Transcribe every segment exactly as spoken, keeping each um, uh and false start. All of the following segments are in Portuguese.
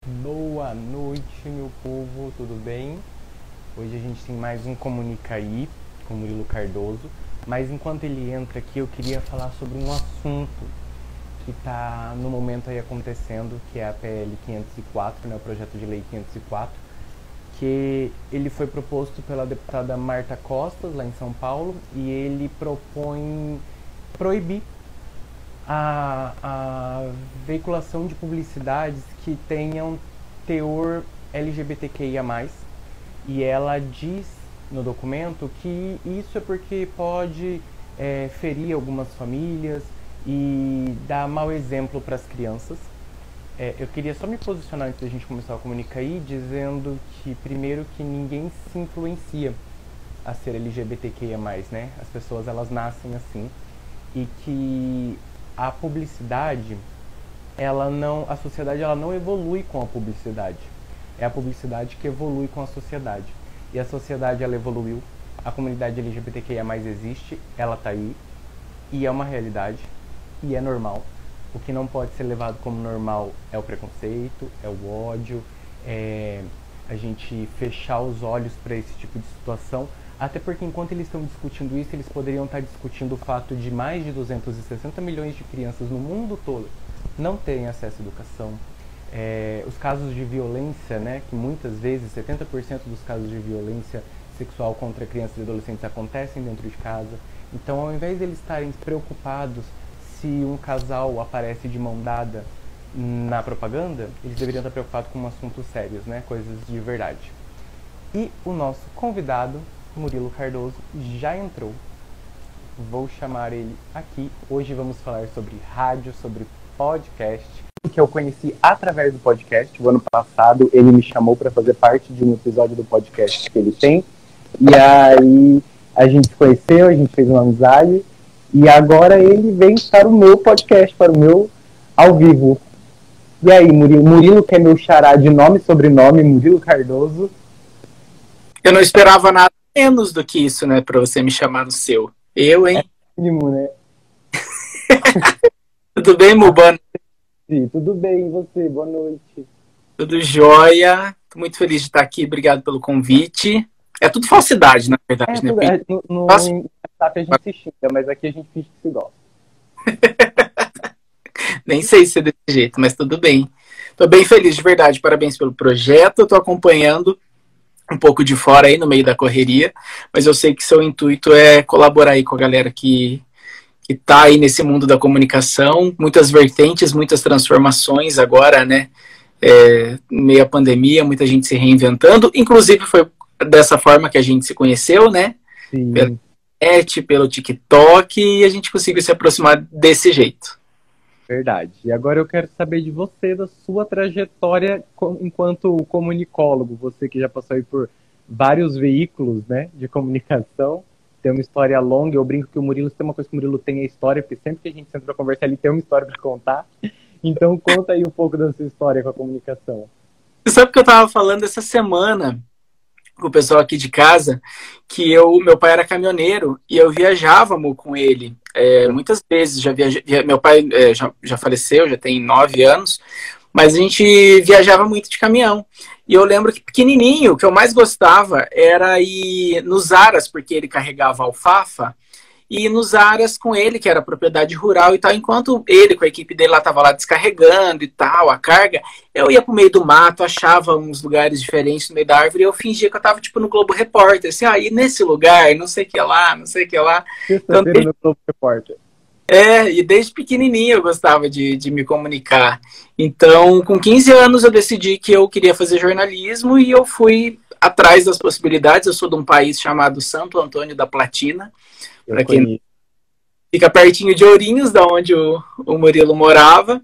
Boa noite, meu povo, tudo bem? Hoje a gente tem mais um Comunicaí com o Murilo Cardoso, mas enquanto ele entra aqui eu queria falar sobre um assunto que está no momento aí acontecendo, que é a P L quinhentos e quatro, né, o projeto de lei quinhentos e quatro, que ele foi proposto pela deputada Marta Costas, lá em São Paulo, e ele propõe proibir a, a veiculação de publicidades que tenham teor L G B T Q I A mais, e ela diz no documento que isso é porque pode é, ferir algumas famílias e dar mau exemplo para as crianças. É, eu queria só me posicionar antes da gente começar a comunicar aí, dizendo que, primeiro, que ninguém se influencia a ser L G B T Q I A mais, né? As pessoas, elas nascem assim, e que a publicidade, ela não, a sociedade ela não evolui com a publicidade. É a publicidade que evolui com a sociedade. E a sociedade ela evoluiu, a comunidade L G B T Q I A mais existe, ela tá aí, e é uma realidade, e é normal. O que não pode ser levado como normal é o preconceito, é o ódio, é a gente fechar os olhos para esse tipo de situação. Até porque enquanto eles estão discutindo isso, eles poderiam estar discutindo o fato de mais de duzentos e sessenta milhões de crianças no mundo todo não terem acesso à educação. É, os casos de violência, né, que muitas vezes setenta por cento dos casos de violência sexual contra crianças e adolescentes acontecem dentro de casa. Então, ao invés de eles estarem preocupados se um casal aparece de mão dada na propaganda, eles deveriam estar preocupados com assuntos sérios, né, coisas de verdade. E o nosso convidado, Murilo Cardoso, já entrou. Vou chamar ele aqui. Hoje vamos falar sobre rádio, sobre podcast, que eu conheci através do podcast. O ano passado ele me chamou para fazer parte de um episódio do podcast que ele tem. E aí a gente se conheceu, a gente fez uma amizade. E agora ele vem para o meu podcast, para o meu ao vivo. E aí, Murilo, Murilo que é meu xará de nome e sobrenome, Murilo Cardoso. Eu não esperava nada menos do que isso, né, pra você me chamar no seu. Eu, hein? É mínimo, né? Tudo bem, Mubano? Sim, tudo bem, e você? Boa noite. Tudo jóia. Tô muito feliz de estar aqui. Obrigado pelo convite. É tudo falsidade, na verdade, É, né? tudo, é, no no Posso... WhatsApp a gente se xinga, mas aqui a gente finge que se gosta. Nem sei se é desse jeito, mas tudo bem. Tô bem feliz, de verdade. Parabéns pelo projeto. Eu tô acompanhando um pouco de fora aí, no meio da correria, mas eu sei que seu intuito é colaborar aí com a galera que, que tá aí nesse mundo da comunicação, muitas vertentes, muitas transformações agora, né, é, meio à pandemia, muita gente se reinventando, inclusive foi dessa forma que a gente se conheceu, né, Sim. pela internet, pelo TikTok, e a gente conseguiu se aproximar desse jeito. Verdade. E agora eu quero saber de você, da sua trajetória enquanto comunicólogo. Você que já passou aí por vários veículos, né, de comunicação, tem uma história longa. Eu brinco que o Murilo, tem uma coisa que o Murilo tem, é história, porque sempre que a gente senta pra conversar, ele tem uma história para contar. Então conta aí um pouco da sua história com a comunicação. Você sabe que eu tava falando essa semana com o pessoal aqui de casa, que eu, meu pai era caminhoneiro e eu viajava com ele é, muitas vezes. Já viaja, meu pai é, já, já faleceu, já tem nove anos, mas a gente viajava muito de caminhão. E eu lembro que pequenininho, o que eu mais gostava era ir nos aras, porque ele carregava alfafa, e nos aras com ele, que era propriedade rural e tal, enquanto ele com a equipe dele lá tava lá descarregando e tal, a carga, eu ia pro meio do mato, achava uns lugares diferentes no meio da árvore, e eu fingia que eu tava tipo no Globo Repórter, assim, ah, e nesse lugar, não sei o que lá, não sei o que lá. Então, desde... no Globo Repórter. É, e desde pequenininho eu gostava de, de me comunicar. Então, com quinze anos eu decidi que eu queria fazer jornalismo e eu fui atrás das possibilidades. Eu sou de um país chamado Santo Antônio da Platina, para quem fica pertinho de Ourinhos, da onde o, o Murilo morava.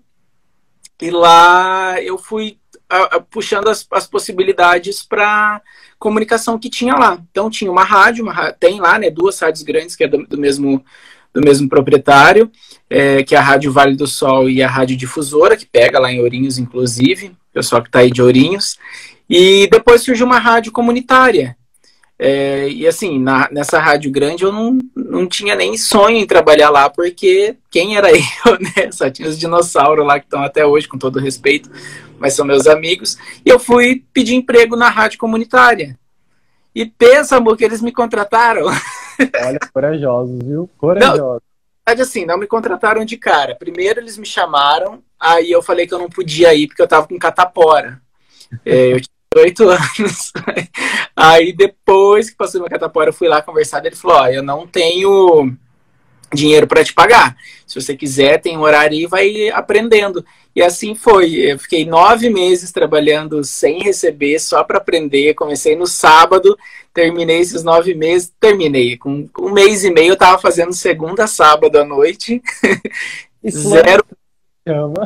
E lá eu fui a, a, puxando as, as possibilidades para comunicação que tinha lá. Então tinha uma rádio, uma, tem lá, né, duas rádios grandes, que é do, do, mesmo, do mesmo proprietário, é, que é a Rádio Vale do Sol e a Rádio Difusora, que pega lá em Ourinhos, inclusive, o pessoal que está aí de Ourinhos. E depois surgiu uma rádio comunitária, É, e assim, na, nessa rádio grande eu não, não tinha nem sonho em trabalhar lá, porque quem era eu, né? Só tinha os dinossauros lá que estão até hoje, com todo respeito, mas são meus amigos. E eu fui pedir emprego na rádio comunitária. E pensa, amor, que eles me contrataram. Olha, corajosos, viu? Corajosos. Na verdade, assim, não me contrataram de cara. Primeiro eles me chamaram, aí eu falei que eu não podia ir porque eu tava com catapora. É, eu tinha oito anos. Aí depois que passou minha catapora, eu fui lá conversar, ele falou, ó, eu não tenho dinheiro para te pagar. Se você quiser, tem um horário e vai aprendendo. E assim foi. Eu fiquei nove meses trabalhando sem receber, só para aprender. Comecei no sábado, terminei esses nove meses, terminei. Com um mês e meio eu estava fazendo segunda a sábado à noite. Zero. Chama.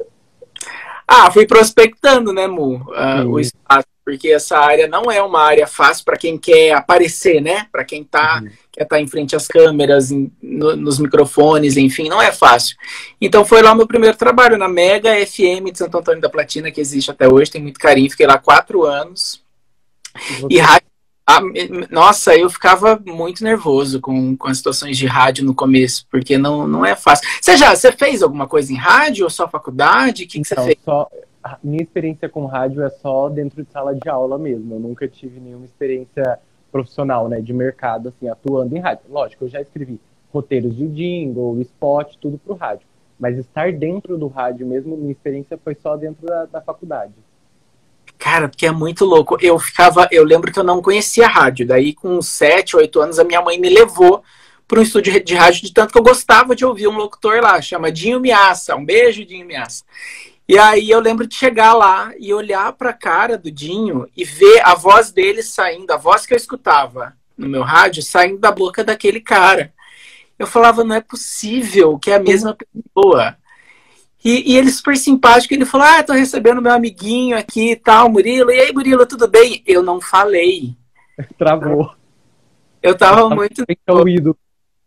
Ah, fui prospectando, né, Mu, uh, o espaço, porque essa área não é uma área fácil para quem quer aparecer, né? Para quem tá, uhum. quer estar tá em frente às câmeras, em, no, nos microfones, enfim, não é fácil. Então foi lá o meu primeiro trabalho, na Mega F M de Santo Antônio da Platina, que existe até hoje, tem muito carinho, fiquei lá quatro anos. E, e rádio, ah, nossa, eu ficava muito nervoso com, com as situações de rádio no começo, porque não, não é fácil. Você já você fez alguma coisa em rádio ou só faculdade? O que, que então, você fez? Só, minha experiência com rádio é só dentro de sala de aula mesmo. Eu nunca tive nenhuma experiência profissional, né, de mercado, assim, atuando em rádio. Lógico, eu já escrevi roteiros de jingle, spot, tudo pro rádio. Mas estar dentro do rádio mesmo, minha experiência foi só dentro da, da faculdade. Cara, porque é muito louco. Eu ficava, eu lembro que eu não conhecia rádio. Daí, com sete, oito anos, a minha mãe me levou para um estúdio de rádio, de tanto que eu gostava de ouvir um locutor lá, chama Dinho Miassa. Um beijo, Dinho Miassa. E aí eu lembro de chegar lá e olhar para a cara do Dinho e ver a voz dele saindo, a voz que eu escutava no meu rádio, saindo da boca daquele cara. Eu falava, não é possível que é a mesma pessoa. E, e ele super simpático, ele falou, ah, tô recebendo meu amiguinho aqui e tal, Murilo. E aí, Murilo, tudo bem? Eu não falei. Travou. Eu tava muito... O ídolo.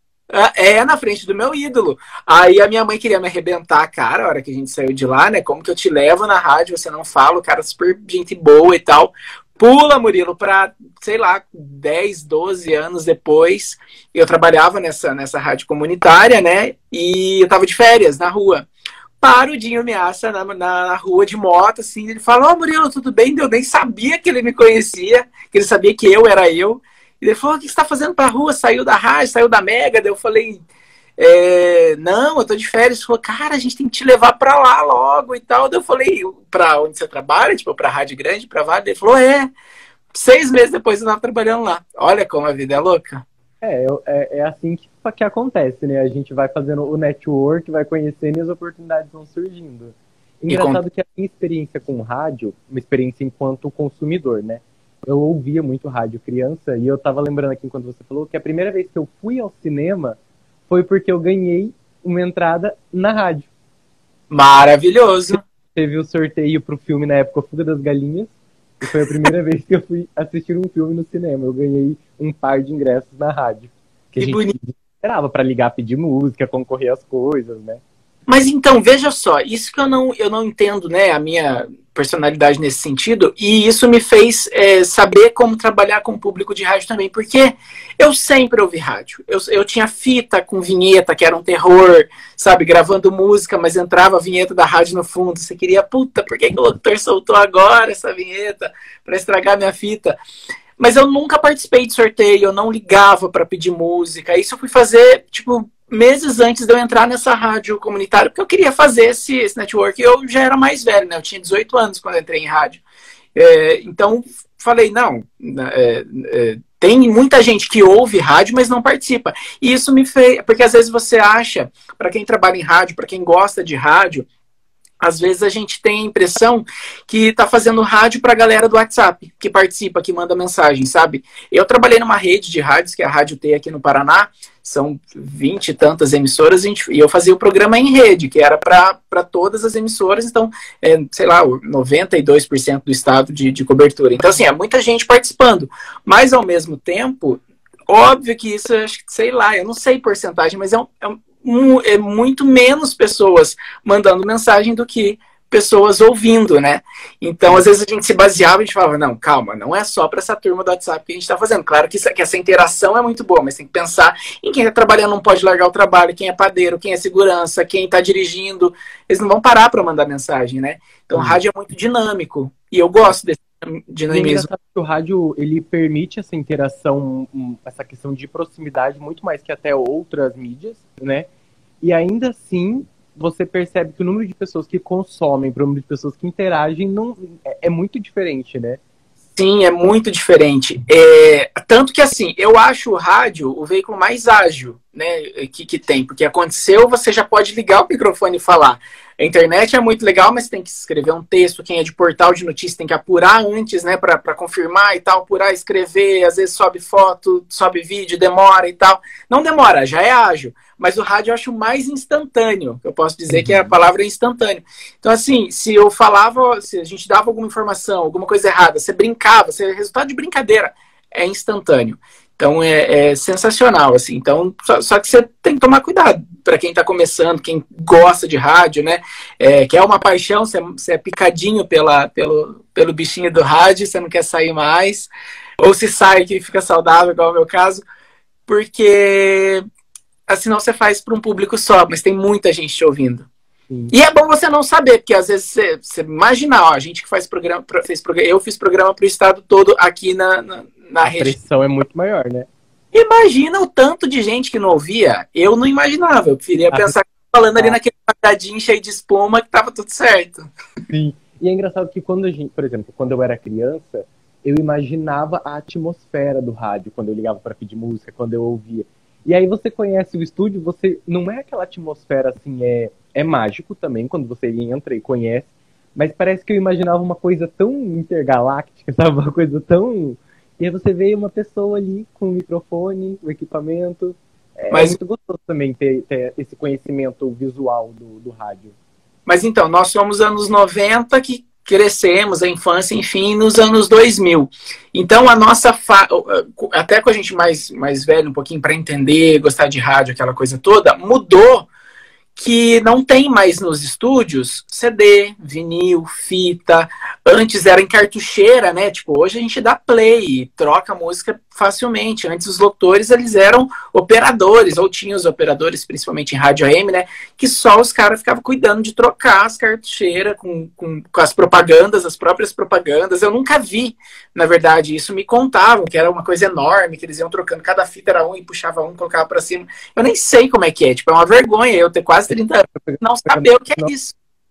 É, na frente do meu ídolo. Aí a minha mãe queria me arrebentar a cara a hora que a gente saiu de lá, né? Como que eu te levo na rádio, você não fala, o cara super gente boa e tal. Pula, Murilo, pra, sei lá, dez, doze anos depois, eu trabalhava nessa, nessa rádio comunitária, né? E eu tava de férias na rua. Para o Dinho Miassa na, na rua de moto, assim, ele falou, ó, oh, Murilo, tudo bem? Eu nem sabia que ele me conhecia, que ele sabia que eu era eu. E ele falou, o que você tá fazendo pra rua? Saiu da rádio, saiu da Mega? Daí eu falei, é, não, eu tô de férias. Ele falou, cara, a gente tem que te levar pra lá logo e tal. Daí eu falei, pra onde você trabalha? Tipo, pra rádio grande, pra Vale? Ele falou, é. Seis meses depois eu tava trabalhando lá. Olha como a vida é louca. É, é, é assim que, que acontece, né? A gente vai fazendo o network, vai conhecendo e as oportunidades vão surgindo. Engraçado com... que a minha experiência com rádio, uma experiência enquanto consumidor, né? Eu ouvia muito rádio criança e eu tava lembrando aqui enquanto você falou que a primeira vez que eu fui ao cinema foi porque eu ganhei uma entrada na rádio. Maravilhoso! Teve o sorteio pro filme na época Fuga das Galinhas e foi a primeira vez que eu fui assistir um filme no cinema. Eu ganhei um par de ingressos na rádio. Que, que a gente bonito. Esperava pra ligar, pedir música, concorrer às coisas, né? Mas então, veja só, isso que eu não, eu não entendo, né, a minha personalidade nesse sentido, e isso me fez é, saber como trabalhar com o público de rádio também, porque eu sempre ouvi rádio. Eu, eu tinha fita com vinheta, que era um terror, sabe, gravando música, mas entrava a vinheta da rádio no fundo. Você queria, puta, por que, que o locutor soltou agora essa vinheta para estragar minha fita? Mas eu nunca participei de sorteio, eu não ligava para pedir música. Isso eu fui fazer, tipo, meses antes de eu entrar nessa rádio comunitária, porque eu queria fazer esse, esse network. Eu já era mais velho, né? Eu tinha dezoito anos quando entrei em rádio. É, então, falei, não, é, é, tem muita gente que ouve rádio, mas não participa. E isso me fez... Porque às vezes você acha, para quem trabalha em rádio, para quem gosta de rádio, às vezes a gente tem a impressão que tá fazendo rádio pra galera do WhatsApp, que participa, que manda mensagem, sabe? Eu trabalhei numa rede de rádios, que é a Rádio T aqui no Paraná, são vinte e tantas emissoras, e eu fazia o programa em rede, que era para todas as emissoras, então, é, sei lá, noventa e dois por cento do estado de, de cobertura. Então, assim, é muita gente participando, mas ao mesmo tempo, óbvio que isso, sei lá, eu não sei porcentagem, mas é um, é um é muito menos pessoas mandando mensagem do que pessoas ouvindo, né? Então, às vezes a gente se baseava e a gente falava, não, calma, não é só para essa turma do WhatsApp que a gente está fazendo. Claro que, isso, que essa interação é muito boa, mas tem que pensar em quem está trabalhando não pode largar o trabalho, quem é padeiro, quem é segurança, quem está dirigindo. Eles não vão parar para mandar mensagem, né? Então, o rádio é muito dinâmico e eu gosto desse dinamismo. O rádio, ele permite essa interação, essa questão de proximidade muito mais que até outras mídias, né? E ainda assim, você percebe que o número de pessoas que consomem para o número de pessoas que interagem não, é, é muito diferente, né? Sim, é muito diferente. É, tanto que, assim, eu acho o rádio o veículo mais ágil, né, que, que tem. Porque aconteceu, você já pode ligar o microfone e falar. A internet é muito legal, mas tem que escrever um texto. Quem é de portal de notícias tem que apurar antes, né, para confirmar e tal. Apurar, escrever, às vezes sobe foto, sobe vídeo, demora e tal. Não demora, já é ágil. Mas o rádio eu acho mais instantâneo. Eu posso dizer uhum. que a palavra é instantâneo. Então, assim, se eu falava, se a gente dava alguma informação, alguma coisa errada, você brincava, você, resultado de brincadeira, é instantâneo. Então, é, é sensacional, assim. Então, só, só que você tem que tomar cuidado. Para quem está começando, quem gosta de rádio, né? É, que é uma paixão, você, você é picadinho pela, pelo, pelo bichinho do rádio, você não quer sair mais. Ou se sai, que fica saudável, igual é o meu caso. Porque... assim não você faz para um público só, mas tem muita gente te ouvindo. Sim. E é bom você não saber, porque às vezes você, você imagina, ó, a gente que faz programa, fez programa, eu fiz programa para o estado todo aqui na, na, na a rede. A pressão é muito maior, né? Imagina o tanto de gente que não ouvia, eu não imaginava, eu preferia ah, pensar que falando ah. ali naquele quadradinho cheio de espuma que tava tudo certo. Sim, e é engraçado que quando a gente, por exemplo, quando eu era criança, eu imaginava a atmosfera do rádio, quando eu ligava para pedir música, quando eu ouvia. E aí você conhece o estúdio, você não é aquela atmosfera assim, é, é mágico também, quando você entra e conhece, mas parece que eu imaginava uma coisa tão intergaláctica, sabe? Uma coisa tão... E aí você vê uma pessoa ali com o microfone, o equipamento. É, mas... é muito gostoso também ter, ter esse conhecimento visual do, do rádio. Mas então, nós somos anos noventa que crescemos, a infância, enfim, nos anos dois mil. Então, a nossa... Fa... até com a gente mais, mais velho, um pouquinho, para entender, gostar de rádio, aquela coisa toda, mudou que não tem mais nos estúdios C D, vinil, fita. Antes era em cartucheira, né? Tipo, hoje a gente dá play, troca a música facilmente. Antes os locutores, eles eram operadores, ou tinham os operadores, principalmente em rádio A M, né? Que só os caras ficavam cuidando de trocar as cartucheiras com, com, com as propagandas, as próprias propagandas. Eu nunca vi, na verdade, isso me contavam, que era uma coisa enorme, que eles iam trocando. Cada fita era um e puxava um, colocava pra cima. Eu nem sei como é que é. Tipo, é uma vergonha eu ter quase trinta anos não saber o que é isso.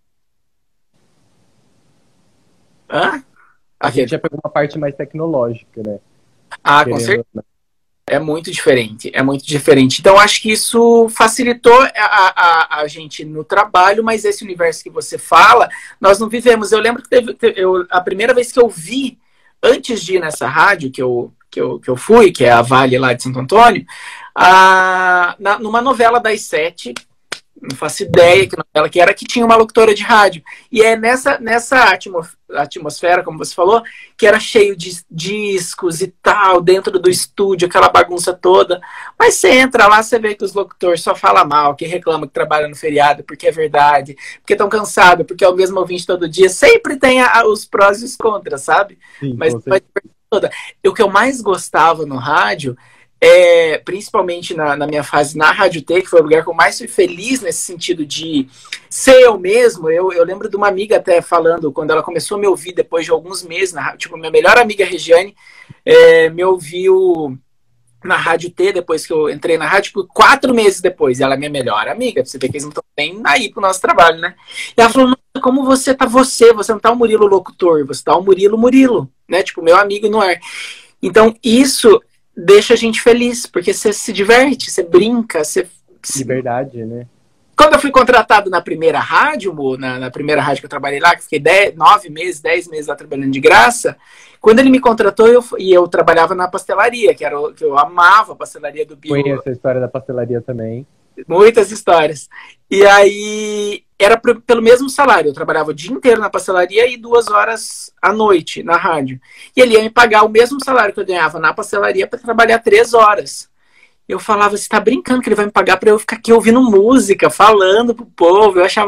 Hã? A gente já pegou uma parte mais tecnológica, né? Ah, com certeza. É muito diferente, é muito diferente. Então, acho que isso facilitou a, a, a gente no trabalho, mas esse universo que você fala, nós não vivemos. Eu lembro que teve, teve eu, a primeira vez que eu vi, antes de ir nessa rádio que eu, que eu, que eu fui, que é a Vale lá de Santo Antônio, a, na, numa novela das sete, não faço ideia que novela que era, que tinha uma locutora de rádio. E é nessa, nessa atmosfera, como você falou, que era cheio de discos e tal, dentro do estúdio, aquela bagunça toda. Mas você entra lá, você vê que os locutores só falam mal, que reclamam que trabalham no feriado, porque é verdade, porque estão cansados, porque é o mesmo ouvinte todo dia. Sempre tem a, os prós e os contras, sabe? Sim, mas toda. O que eu mais gostava no rádio... É, principalmente na, na minha fase na Rádio T, que foi o lugar que eu mais fui feliz nesse sentido de ser eu mesmo. Eu, eu lembro de uma amiga até falando, quando ela começou a me ouvir depois de alguns meses, na, tipo, minha melhor amiga Regiane, é, me ouviu na Rádio T, depois que eu entrei na rádio, por quatro meses depois. Ela é minha melhor amiga, você vê que eles não estão bem aí pro nosso trabalho, né? E ela falou, nossa, como você tá você, você não tá o Murilo locutor, você tá o Murilo Murilo, né? Tipo, meu amigo no ar. Então, isso... deixa a gente feliz, porque você se diverte, você brinca, você... Liberdade, né? Quando eu fui contratado na primeira rádio, na, na primeira rádio que eu trabalhei lá, que fiquei dez, nove meses, dez meses lá trabalhando de graça, quando ele me contratou, eu, e eu trabalhava na pastelaria, que, era o, que eu amava a pastelaria do Bio. Conheço a história da pastelaria também. Muitas histórias. E aí, era pro, pelo mesmo salário. Eu trabalhava o dia inteiro na pastelaria e duas horas à noite na rádio. E ele ia me pagar o mesmo salário que eu ganhava na pastelaria para trabalhar três horas. Eu falava, você tá brincando que ele vai me pagar para eu ficar aqui ouvindo música, falando pro povo. Eu achava um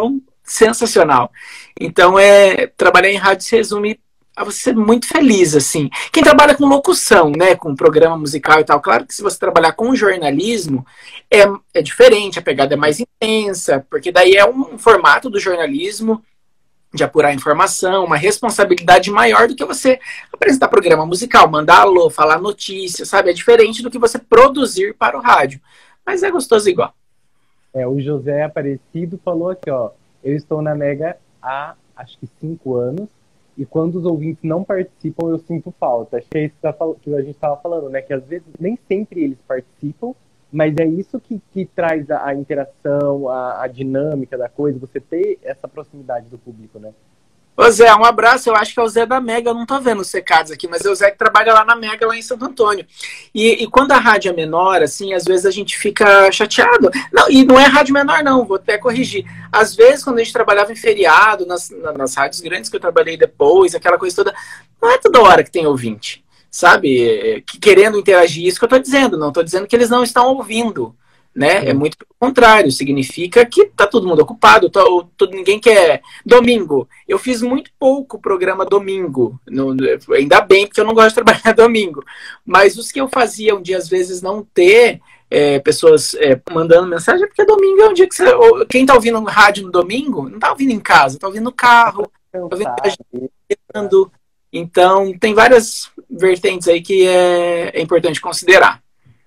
sensacional. Então, é, trabalhar em rádio se resume a você ser muito feliz, assim. Quem trabalha com locução, né, com programa musical e tal, claro que se você trabalhar com jornalismo, é, é diferente, a pegada é mais intensa, porque daí é um, um formato do jornalismo de apurar informação, uma responsabilidade maior do que você apresentar programa musical, mandar alô, falar notícia, sabe? É diferente do que você produzir para o rádio. Mas é gostoso igual. É, o José Aparecido falou aqui, ó, eu estou na Mega há, acho que cinco anos, e quando os ouvintes não participam, eu sinto falta. Acho que é isso que a gente estava falando, né? Que às vezes nem sempre eles participam, mas é isso que, que traz a, a interação, a, a dinâmica da coisa, você ter essa proximidade do público, né? Ô Zé, um abraço, eu acho que é o Zé da Mega, eu não tô vendo os recados aqui, mas é o Zé que trabalha lá na Mega, lá em Santo Antônio. E, e quando a rádio é menor, assim, às vezes a gente fica chateado. Não, e não é rádio menor, não, vou até corrigir. Às vezes, quando a gente trabalhava em feriado, nas, nas rádios grandes que eu trabalhei depois, aquela coisa toda, não é toda hora que tem ouvinte, sabe? Que, querendo interagir, isso que eu tô dizendo, não tô dizendo que eles não estão ouvindo. Né? É muito pelo contrário, significa que tá todo mundo ocupado, tá, todo, ninguém quer. Domingo, eu fiz muito pouco programa domingo, no, ainda bem, porque eu não gosto de trabalhar domingo, mas os que eu fazia um dia, às vezes, não ter é, pessoas é, mandando mensagem, é porque domingo é um dia que você. Quem tá ouvindo rádio no domingo, não tá ouvindo em casa, tá ouvindo no carro, tá ouvindo viajando. Então, tem várias vertentes aí que é, é importante considerar.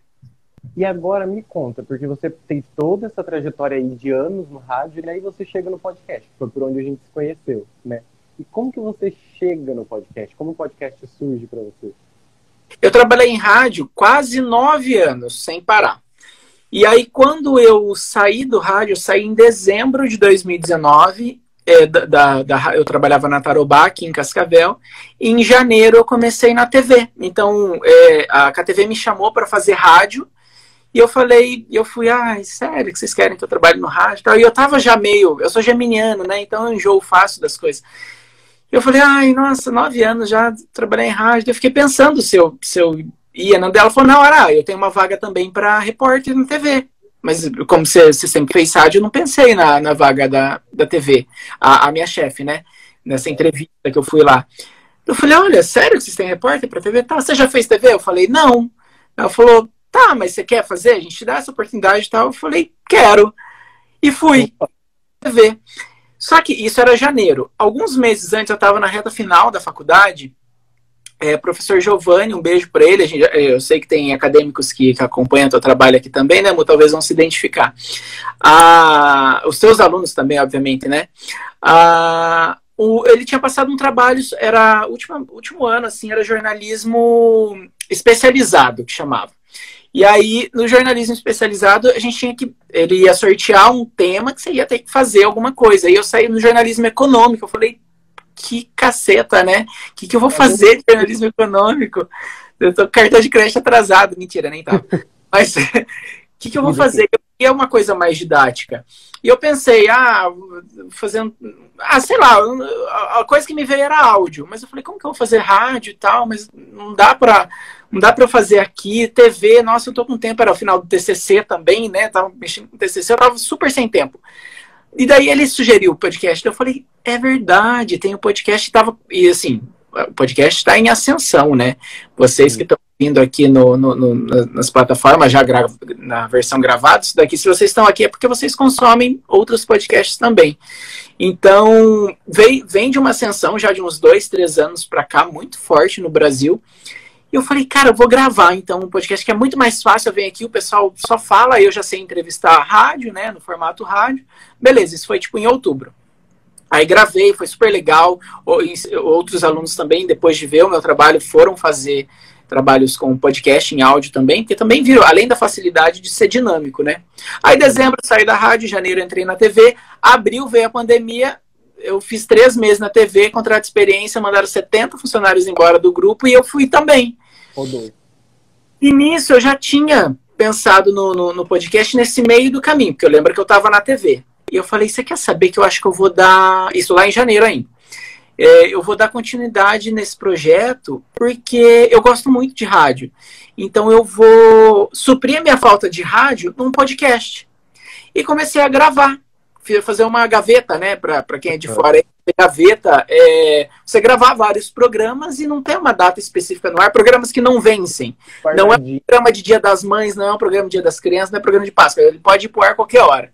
E agora me conta, porque você tem toda essa trajetória aí de anos no rádio, e aí você chega no podcast, que foi por onde a gente se conheceu, né? E como que você chega no podcast? Como o podcast surge para você? Eu trabalhei em rádio quase nove anos, sem parar. E aí, quando eu saí do rádio, eu saí em dezembro de dois mil e dezenove, é, da, da, da, eu trabalhava na Tarobá, aqui em Cascavel, e em janeiro eu comecei na T V. Então, é, a K T V me chamou para fazer rádio, e eu falei, eu fui, ah, sério que vocês querem que eu trabalhe no rádio e tal? E eu tava já meio, eu sou geminiano, né? Então eu enjoo fácil das coisas. Eu falei, ai, nossa, nove anos já trabalhei em rádio. Eu fiquei pensando se eu, se eu ia. Não, dela falou, não, ah, eu tenho uma vaga também para repórter na T V. Mas como você, você sempre fez rádio, eu não pensei na, na vaga da, da T V. A, a minha chefe, né? Nessa entrevista que eu fui lá. Eu falei, olha, sério que vocês têm repórter para T V? Tá, você já fez T V? Eu falei, não. Ela falou, tá, mas você quer fazer? A gente te dá essa oportunidade e tal. Eu falei, quero. E fui. T V. Só que isso era janeiro. Alguns meses antes, eu estava na reta final da faculdade. É, professor Giovanni, um beijo para ele. A gente, eu sei que tem acadêmicos que, que acompanham o teu trabalho aqui também, né, Mu? Talvez vão se identificar. Ah, os teus alunos também, obviamente, né? Ah, o, ele tinha passado um trabalho, era último, último ano, assim, era jornalismo especializado, que chamava. E aí, no jornalismo especializado, a gente tinha que... Ele ia sortear um tema que você ia ter que fazer alguma coisa. E eu saí no jornalismo econômico. Eu falei, que caceta, né? O que, que eu vou fazer de jornalismo econômico? Eu tô com cartão de crédito atrasado. Mentira, nem tava. Mas o que, que eu vou fazer? Eu queria uma coisa mais didática. E eu pensei, ah, fazendo... Ah, sei lá, a coisa que me veio era áudio. Mas eu falei, como que eu vou fazer rádio e tal? Mas não dá pra... Não dá pra eu fazer aqui, T V, nossa, eu tô com tempo, era o final do T C C também, né, tava mexendo com T C C, eu tava super sem tempo. E daí ele sugeriu o podcast, eu falei, é verdade, tem o podcast, tava, e assim, o podcast tá em ascensão, né, vocês que estão vindo aqui no, no, no, nas plataformas, já gra, na versão gravada, isso daqui, se vocês estão aqui é porque vocês consomem outros podcasts também. Então, vem, vem de uma ascensão já de uns dois, três anos pra cá, muito forte no Brasil. E eu falei, cara, eu vou gravar, então, um podcast que é muito mais fácil. Eu venho aqui, o pessoal só fala, eu já sei entrevistar a rádio, né, no formato rádio. Beleza, isso foi, tipo, em outubro. Aí gravei, foi super legal. Outros alunos também, depois de ver o meu trabalho, foram fazer trabalhos com podcast em áudio também, porque também viram, além da facilidade de ser dinâmico, né. Aí, dezembro, saí da rádio, janeiro, entrei na T V, abril, veio a pandemia. Eu fiz três meses na T V, contrato de experiência, mandaram setenta funcionários embora do grupo e eu fui também. Rodou. E nisso eu já tinha pensado no, no, no podcast nesse meio do caminho, porque eu lembro que eu estava na T V. E eu falei, você quer saber que eu acho que eu vou dar... Isso lá em janeiro ainda. É, eu vou dar continuidade nesse projeto porque eu gosto muito de rádio. Então eu vou suprir a minha falta de rádio num podcast. E comecei a gravar. fazer uma gaveta, né? Para quem é de fora, é, gaveta é você gravar vários programas e não tem uma data específica no ar, programas que não vencem. Não é um programa de Dia das Mães, não é um programa de Dia das Crianças, não é programa de Páscoa, ele pode ir pro ar a qualquer hora.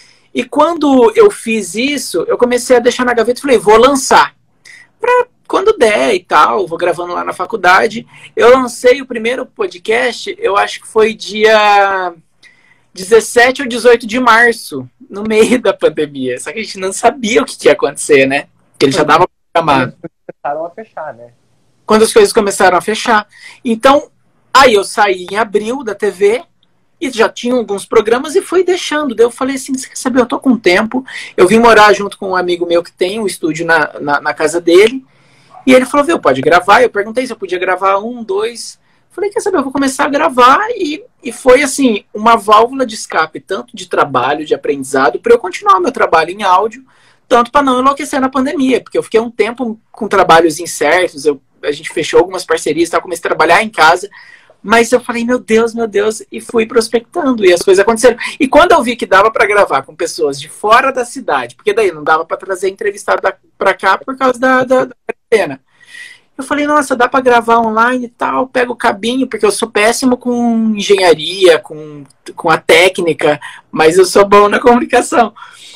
E quando eu fiz isso, eu comecei a deixar na gaveta e falei, vou lançar. Pra quando der e tal, vou gravando lá na faculdade. Eu lancei o primeiro podcast, eu acho que foi dia dezessete ou dezoito de março, no meio da pandemia. Só que a gente não sabia o que ia acontecer, né? Porque ele já dava programado. Quando as coisas começaram a fechar, né? Quando as coisas começaram a fechar. Então, aí eu saí em abril da T V e já tinha alguns programas e fui deixando. Daí eu falei assim, você quer saber, eu tô com tempo. Eu vim morar junto com um amigo meu que tem um estúdio na, na, na casa dele. E ele falou, viu, pode gravar? Eu perguntei se eu podia gravar um, dois. Falei, quer saber, eu vou começar a gravar. E, e foi, assim, uma válvula de escape, tanto de trabalho, de aprendizado, para eu continuar meu trabalho em áudio, tanto para não enlouquecer na pandemia, porque eu fiquei um tempo com trabalhos incertos, eu, a gente fechou algumas parcerias, tá, comecei a trabalhar em casa, mas eu falei, meu Deus, meu Deus, e fui prospectando, e as coisas aconteceram. E quando eu vi que dava para gravar com pessoas de fora da cidade, porque daí não dava para trazer entrevistado para cá por causa da, da, da quarentena, eu falei, nossa, dá para gravar online e tal, pego o cabinho, porque eu sou péssimo com engenharia, com, com a técnica, mas eu sou bom na comunicação.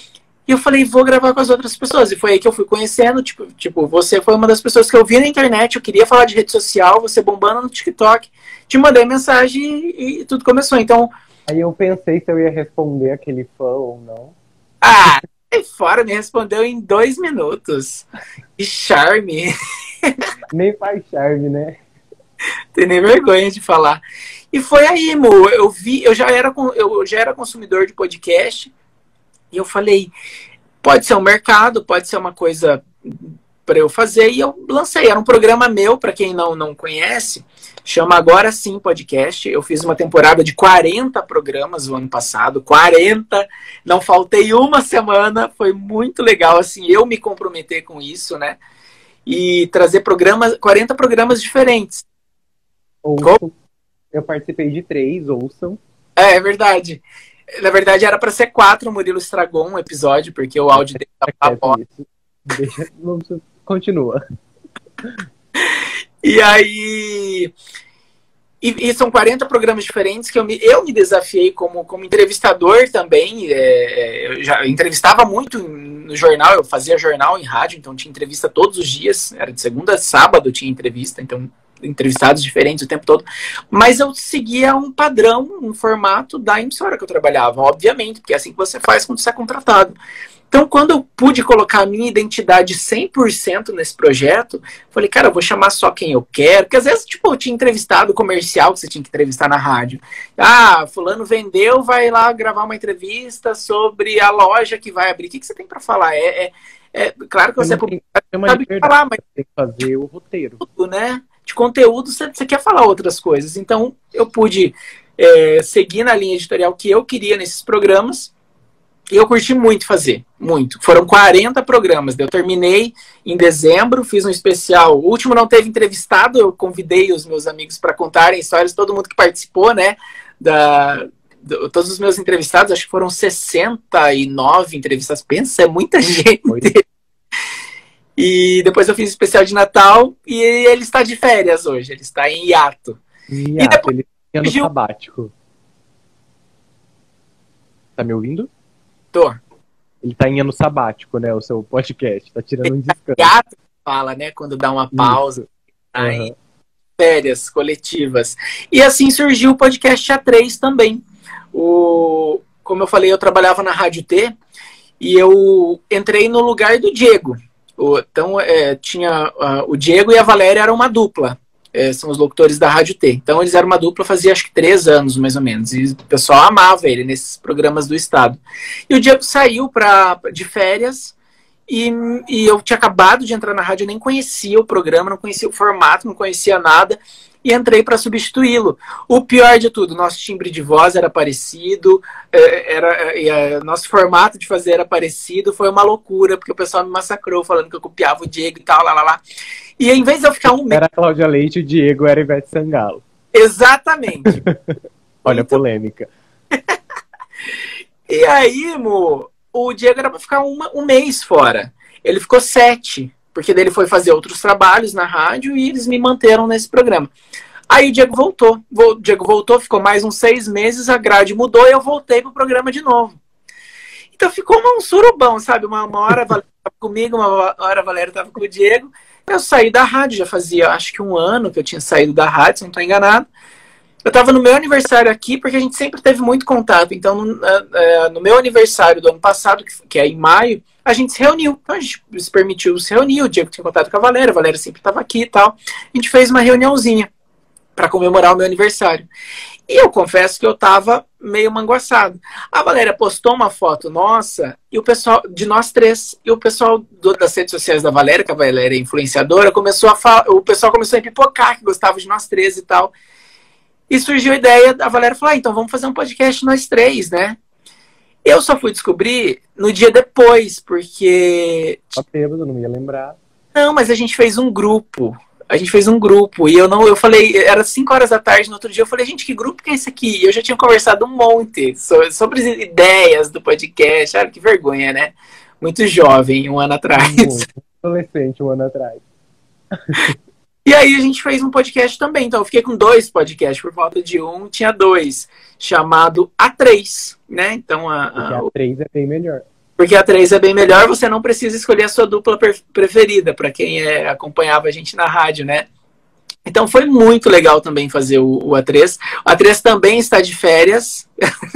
E eu falei, vou gravar com as outras pessoas. E foi aí que eu fui conhecendo, tipo, tipo, você foi uma das pessoas que eu vi na internet, eu queria falar de rede social, você bombando no TikTok, te mandei mensagem e, e tudo começou. Então, aí eu pensei se eu ia responder aquele fã ou não. Ah, aí fora, me respondeu em dois minutos. Que charme. Nem faz charme, né? Tem nem vergonha de falar. E foi aí, Mo, eu vi, eu já era, eu já era consumidor de podcast, e eu falei, pode ser um mercado, pode ser uma coisa para eu fazer, e eu lancei. Era um programa meu, para quem não, não conhece, chama Agora Sim Podcast. Eu fiz uma temporada de quarenta programas o ano passado, quarenta, não faltei uma semana, foi muito legal, assim, eu me comprometer com isso, né? E trazer programas, quarenta programas diferentes. Ouçam. Eu participei de três, ouçam. É, é verdade. Na verdade, era para ser quatro, o Murilo estragou um episódio, porque o áudio dele tava bom. Deixa, continua. E aí... E, e são quarenta programas diferentes que eu me, eu me desafiei como, como entrevistador também. É, eu já entrevistava muito no jornal, eu fazia jornal em rádio, então tinha entrevista todos os dias. Era de segunda a sábado tinha entrevista, então entrevistados diferentes o tempo todo. Mas eu seguia um padrão, um formato da emissora que eu trabalhava, obviamente, porque é assim que você faz quando você é contratado. Então, quando eu pude colocar a minha identidade cem por cento nesse projeto, falei, cara, eu vou chamar só quem eu quero. Porque às vezes, tipo, eu tinha entrevistado comercial que você tinha que entrevistar na rádio. Ah, fulano vendeu, vai lá gravar uma entrevista sobre a loja que vai abrir. O que, que você tem para falar? É, é, é claro que você tem, sabe tem falar, mas tem que fazer o roteiro. Tudo, né? De conteúdo, você, você quer falar outras coisas. Então, eu pude é, seguir na linha editorial que eu queria nesses programas. E eu curti muito fazer, muito. Foram quarenta programas. Eu terminei em dezembro, fiz um especial. O último não teve entrevistado, eu convidei os meus amigos para contarem histórias, todo mundo que participou, né? Da, do, todos os meus entrevistados, acho que foram sessenta e nove entrevistas. Pensa, é muita gente. Oi. E depois eu fiz especial de Natal e ele está de férias hoje, ele está em hiato. Em hiato, e depois ele está no sabático. Tá me ouvindo? Tô. Ele tá em ano sabático, né? O seu podcast. Tá tirando um descanso. Gato fala, né? Quando dá uma pausa. Tá uhum. Em férias coletivas. E assim surgiu o podcast A três também. O, como eu falei, eu trabalhava na Rádio T e eu entrei no lugar do Diego. O, então, é, tinha uh, o Diego e a Valéria eram uma dupla. É, são os locutores da Rádio T. Então eles eram uma dupla fazia acho que três anos, mais ou menos. E o pessoal amava ele nesses programas do Estado. E o Diego saiu pra, de férias e, e eu tinha acabado de entrar na rádio, eu nem conhecia o programa, não conhecia o formato, não conhecia nada. E entrei para substituí-lo. O pior de tudo, nosso timbre de voz era parecido, era, era, nosso formato de fazer era parecido, foi uma loucura, porque o pessoal me massacrou falando que eu copiava o Diego e tal, lá, lá, lá. E em vez de eu ficar um mês... Era a Cláudia Leite, o Diego era Ivete Sangalo. Exatamente. Olha a polêmica. E aí, Mo, o Diego era para ficar uma, um mês fora. Ele ficou sete, porque daí ele foi fazer outros trabalhos na rádio e eles me manteram nesse programa. Aí o Diego voltou. O Diego voltou, ficou mais uns seis meses, a grade mudou e eu voltei pro programa de novo. Então ficou um surubão, sabe? Uma, uma hora a Valéria estava comigo, uma hora a Valéria estava com o Diego. Eu saí da rádio, já fazia acho que um ano que eu tinha saído da rádio, se não estou enganado. Eu estava no meu aniversário aqui, porque a gente sempre teve muito contato. Então, no, no meu aniversário do ano passado, que é em maio, a gente se reuniu. Então, a gente se permitiu se reunir. O Diego tinha contato com a Valéria, a Valéria sempre estava aqui e tal. A gente fez uma reuniãozinha para comemorar o meu aniversário. E eu confesso que eu estava meio manguaçado. A Valéria postou uma foto nossa, e o pessoal, de nós três, e o pessoal do, das redes sociais da Valéria, que a Valéria é influenciadora, começou a falar, o pessoal começou a pipocar, que gostava de nós três e tal. E surgiu a ideia, a Valéria falou, ah, então vamos fazer um podcast nós três, né? Eu só fui descobrir no dia depois, porque... Só bêbado, não ia lembrar. Não, mas a gente fez um grupo. A gente fez um grupo. E eu não, eu falei, era cinco horas da tarde no outro dia, eu falei, gente, que grupo que é esse aqui? E eu já tinha conversado um monte sobre, sobre as ideias do podcast. Ah, que vergonha, né? Muito jovem, um ano atrás. Muito adolescente, um ano atrás. E aí a gente fez um podcast também. Então eu fiquei com dois podcasts. Por falta de um, tinha dois. Chamado A três, né? Então a, a... Porque a três é bem melhor. Porque a três é bem melhor. Você não precisa escolher a sua dupla preferida. Para quem é, acompanhava a gente na rádio, né? Então foi muito legal também fazer o, o A três. O A três também está de férias.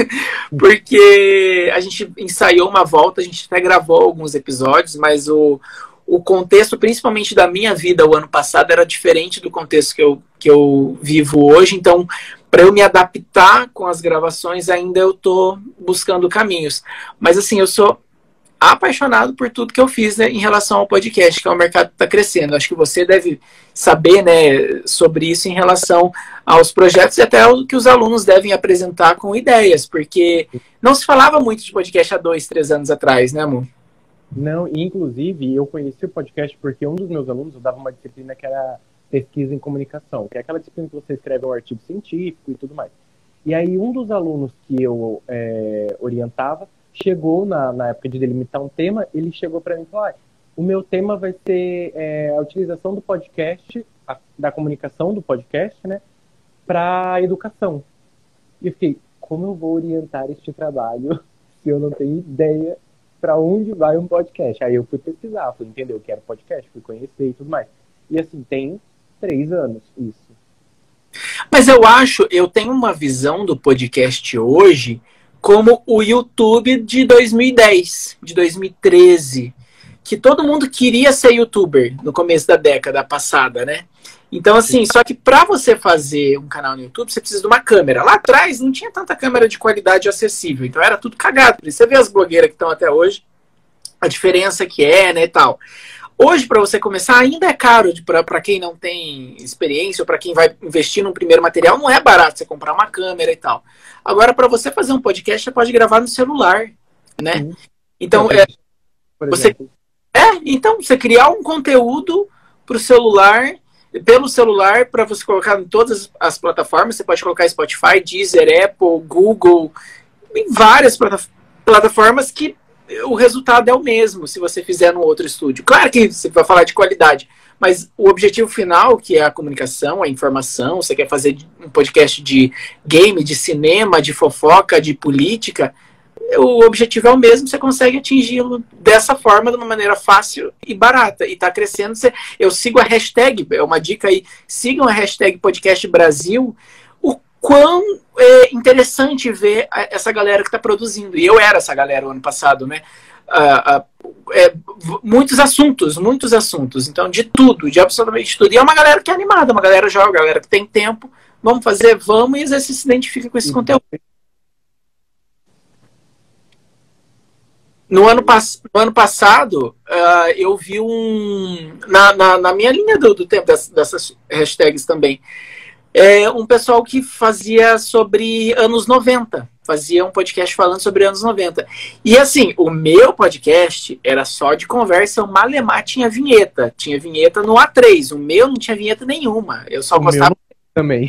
Porque a gente ensaiou uma volta. A gente até gravou alguns episódios. Mas o... O contexto, principalmente da minha vida o ano passado, era diferente do contexto que eu, que eu vivo hoje. Então, para eu me adaptar com as gravações, ainda eu estou buscando caminhos. Mas, assim, eu sou apaixonado por tudo que eu fiz, né, em relação ao podcast, que é um mercado que está crescendo. Acho que você deve saber, né, sobre isso em relação aos projetos e até o que os alunos devem apresentar com ideias, porque não se falava muito de podcast há dois, três anos atrás, né, amor? Não, inclusive, eu conheci o podcast porque um dos meus alunos, eu dava uma disciplina que era pesquisa em comunicação, que é aquela disciplina que você escreve um artigo científico e tudo mais. E aí um dos alunos que eu é, orientava, chegou na, na época de delimitar um tema, ele chegou para mim e falou, ah, o meu tema vai ser é, a utilização do podcast, a, da comunicação do podcast, né, para a educação. E eu fiquei, como eu vou orientar este trabalho se eu não tenho ideia para onde vai um podcast? Aí eu fui pesquisar, fui entender o que era podcast, fui conhecer e tudo mais. E assim, tem três anos isso. Mas eu acho, eu tenho uma visão do podcast hoje como o YouTube de dois mil e dez, de dois mil e treze, que todo mundo queria ser youtuber no começo da década passada, né? Então, assim, só que para você fazer um canal no YouTube, você precisa de uma câmera. Lá atrás não tinha tanta câmera de qualidade acessível, então era tudo cagado. Você vê as blogueiras que estão até hoje, a diferença que é, né, e tal. Hoje, para você começar, ainda é caro para quem não tem experiência ou para quem vai investir num primeiro material, não é barato você comprar uma câmera e tal. Agora, para você fazer um podcast, você pode gravar no celular, né? Sim. Então, é, você, é, então, você criar um conteúdo para o celular... Pelo celular, para você colocar em todas as plataformas, você pode colocar Spotify, Deezer, Apple, Google, em várias plata plataformas que o resultado é o mesmo se você fizer no outro estúdio. Claro que você vai falar de qualidade, mas o objetivo final, que é a comunicação, a informação, você quer fazer um podcast de game, de cinema, de fofoca, de política, o objetivo é o mesmo, você consegue atingi-lo dessa forma, de uma maneira fácil e barata. E está crescendo. Você, eu sigo a hashtag, é uma dica aí, sigam a hashtag Podcast Brasil, o quão é interessante ver essa galera que está produzindo. E eu era essa galera o ano passado, né? Uh, uh, é, muitos assuntos, muitos assuntos. Então, de tudo, de absolutamente tudo. E é uma galera que é animada, uma galera jovem, uma galera que tem tempo. Vamos fazer, vamos, e às vezes se identifica com esse conteúdo. No ano, no ano passado, uh, eu vi um... Na, na, na minha linha do, do tempo, dessas, dessas hashtags também, é, um pessoal que fazia sobre anos noventa. Fazia um podcast falando sobre anos noventa. E assim, o meu podcast era só de conversa, o Malemar tinha vinheta. Tinha vinheta no A três. O meu não tinha vinheta nenhuma. Eu só o gostava... Meu também.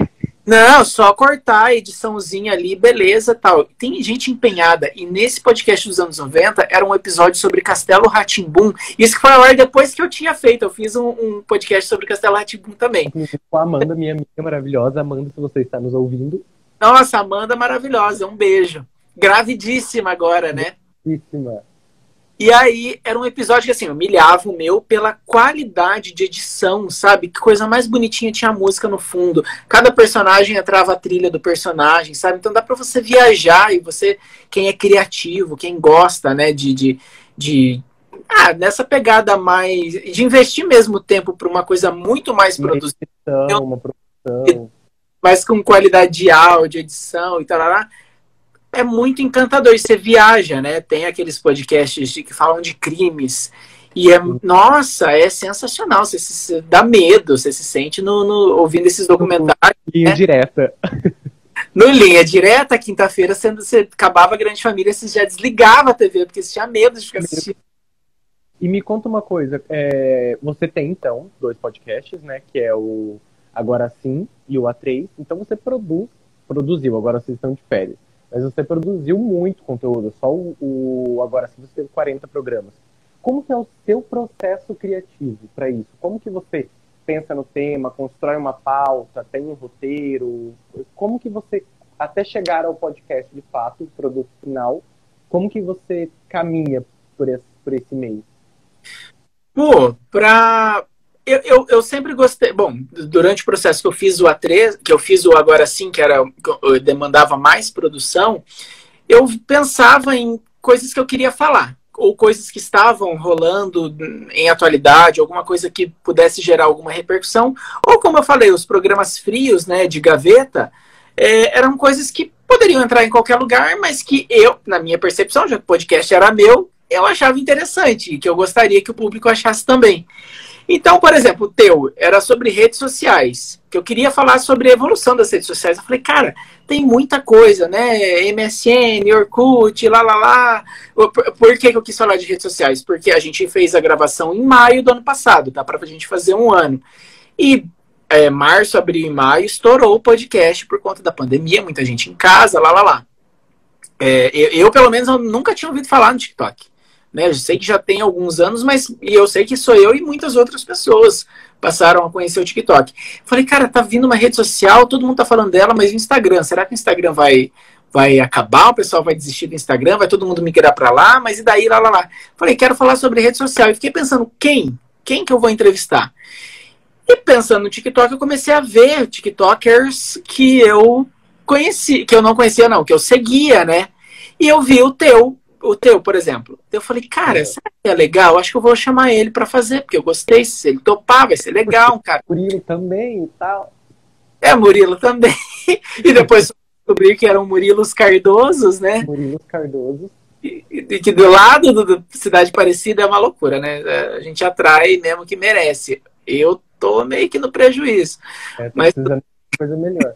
Não, só cortar a ediçãozinha ali, beleza, tal. Tem gente empenhada. E nesse podcast dos anos noventa, era um episódio sobre Castelo Rá-Tim-Bum. Isso que foi a hora depois que eu tinha feito. Eu fiz um, um podcast sobre Castelo Rá-Tim-Bum também. Com a Amanda, minha amiga maravilhosa. Amanda, se você está nos ouvindo. Nossa, Amanda maravilhosa. Um beijo. Gravidíssima agora, né? Gravidíssima. E aí, era um episódio que, assim, humilhava o meu pela qualidade de edição, sabe? Que coisa mais bonitinha, tinha música no fundo. Cada personagem entrava a trilha do personagem, sabe? Então dá pra você viajar e você, quem é criativo, quem gosta, né, de... de, de ah, nessa pegada mais... de investir mesmo tempo pra uma coisa muito mais uma produzida. Edição, uma produção. Mas com qualidade de áudio, edição e tal, lá. É muito encantador. E você viaja, né? Tem aqueles podcasts que falam de crimes. E é, nossa, é sensacional. Você se dá medo, você se sente no, no ouvindo esses documentários. Linha né? direta. No Linha Direta, quinta-feira, sendo você acabava a Grande Família, você já desligava a T V, porque você tinha medo de ficar assistindo. E me conta uma coisa. É, você tem, então, dois podcasts, né? Que é o Agora Sim e o A três. Então você produz, produziu, agora vocês estão de férias. Mas você produziu muito conteúdo, só o, o Agora Sim você teve quarenta programas. Como que é o seu processo criativo para isso? Como que você pensa no tema, constrói uma pauta, tem um roteiro? Como que você, até chegar ao podcast de fato, o produto final, como que você caminha por esse, por esse meio? Pô, pra... Eu, eu, eu sempre gostei. Bom, durante o processo que eu fiz o A três, que eu fiz o Agora Sim, que era, demandava mais produção, eu pensava em coisas que eu queria falar, ou coisas que estavam rolando em atualidade, alguma coisa que pudesse gerar alguma repercussão, ou como eu falei, os programas frios, né, de gaveta, é, eram coisas que poderiam entrar em qualquer lugar, mas que eu, na minha percepção, já que o podcast era meu, eu achava interessante, e que eu gostaria que o público achasse também. Então, por exemplo, o teu era sobre redes sociais, que eu queria falar sobre a evolução das redes sociais. Eu falei, cara, tem muita coisa, né? M S N, Orkut, lá, lá, lá. Por, por que, que eu quis falar de redes sociais? Porque a gente fez a gravação em maio do ano passado, tá? Pra gente fazer um ano. E é, março, abril e maio estourou o podcast por conta da pandemia, muita gente em casa, lá, lá, lá. É, eu, eu, pelo menos, eu nunca tinha ouvido falar no TikTok. Né? Eu sei que já tem alguns anos, mas e eu sei que sou eu e muitas outras pessoas passaram a conhecer o TikTok. Falei, cara, tá vindo uma rede social, todo mundo tá falando dela, mas o Instagram, será que o Instagram vai, vai acabar? O pessoal vai desistir do Instagram? Vai todo mundo migrar pra lá? Mas e daí, lá, lá, lá? Falei, quero falar sobre rede social. E fiquei pensando, quem? Quem que eu vou entrevistar? E pensando no TikTok, eu comecei a ver TikTokers que eu conheci, que eu não conhecia não, que eu seguia, né? E eu vi o teu, o teu, por exemplo. Eu falei, cara, será que é legal? Acho que eu vou chamar ele pra fazer, porque eu gostei. Se ele topar, vai ser legal, cara. Murilo também e tal. É, Murilo também. E depois descobri que eram Murilos Cardosos, né? Murilos Cardosos. E, e que do lado do, do Cidade Parecida é uma loucura, né? A gente atrai mesmo que merece. Eu tô meio que no prejuízo. É, mas precisando de coisa melhor.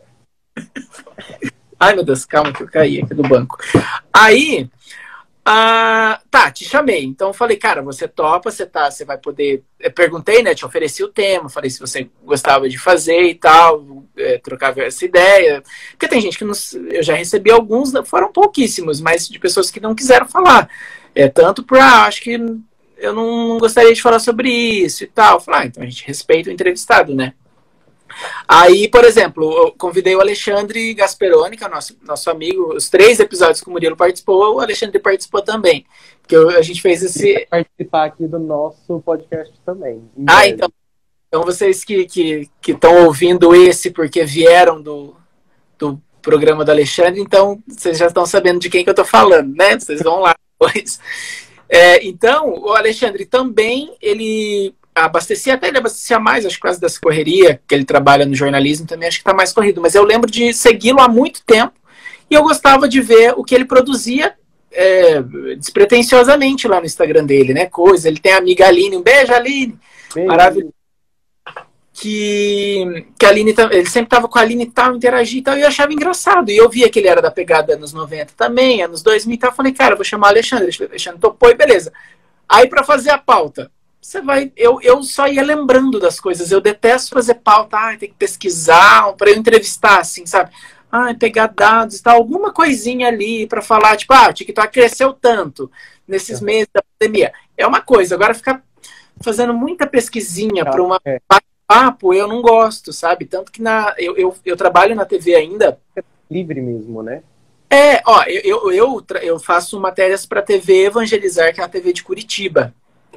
Ai, meu Deus, calma que eu caí aqui do banco. Aí... Ah, tá, te chamei. Então eu falei, cara, você topa, você tá, você vai poder. Eu perguntei, né? Te ofereci o tema, falei se você gostava de fazer e tal, é, trocava essa ideia. Porque tem gente que não, eu já recebi alguns, foram pouquíssimos, mas de pessoas que não quiseram falar. É tanto por, ah, acho que eu não, não gostaria de falar sobre isso e tal. Eu falei, ah, então a gente respeita o entrevistado, né? Aí, por exemplo, eu convidei o Alexandre Gasperoni, que é o nosso, nosso amigo, os três episódios que o Murilo participou, o Alexandre participou também. Porque eu, a gente fez esse... Vai participar aqui do nosso podcast também. Ah, então, então vocês que que estão ouvindo esse porque vieram do, do programa do Alexandre, então vocês já estão sabendo de quem que eu estou falando, né? Vocês vão lá depois. É, então, o Alexandre também, ele... abastecia, até ele abastecia mais, acho que por causa dessa correria, que ele trabalha no jornalismo também, acho que tá mais corrido, mas eu lembro de segui-lo há muito tempo, e eu gostava de ver o que ele produzia é, despretensiosamente lá no Instagram dele, né, coisa, ele tem a amiga Aline, um beijo Aline, maravilhoso, que, que a Aline, ele sempre tava com a Aline e tal, interagia e tal, e eu achava engraçado, e eu via que ele era da pegada anos noventa também, anos dois mil e tal, eu falei, cara, eu vou chamar o Alexandre, o Alexandre topou e beleza. Aí pra fazer a pauta, você vai... Eu, eu só ia lembrando das coisas. Eu detesto fazer pauta. Ah, tem que pesquisar para eu entrevistar, assim, sabe? Ah, pegar dados e tal. Alguma coisinha ali para falar, tipo, ah, o TikTok cresceu tanto nesses É. meses da pandemia. É uma coisa. Agora, ficar fazendo muita pesquisinha para uma É. bate-papo, eu não gosto, sabe? Tanto que na, eu, eu, eu trabalho na T V ainda. Livre mesmo, né? É, ó, eu, eu, eu, eu faço matérias para a T V Evangelizar, que é a T V de Curitiba.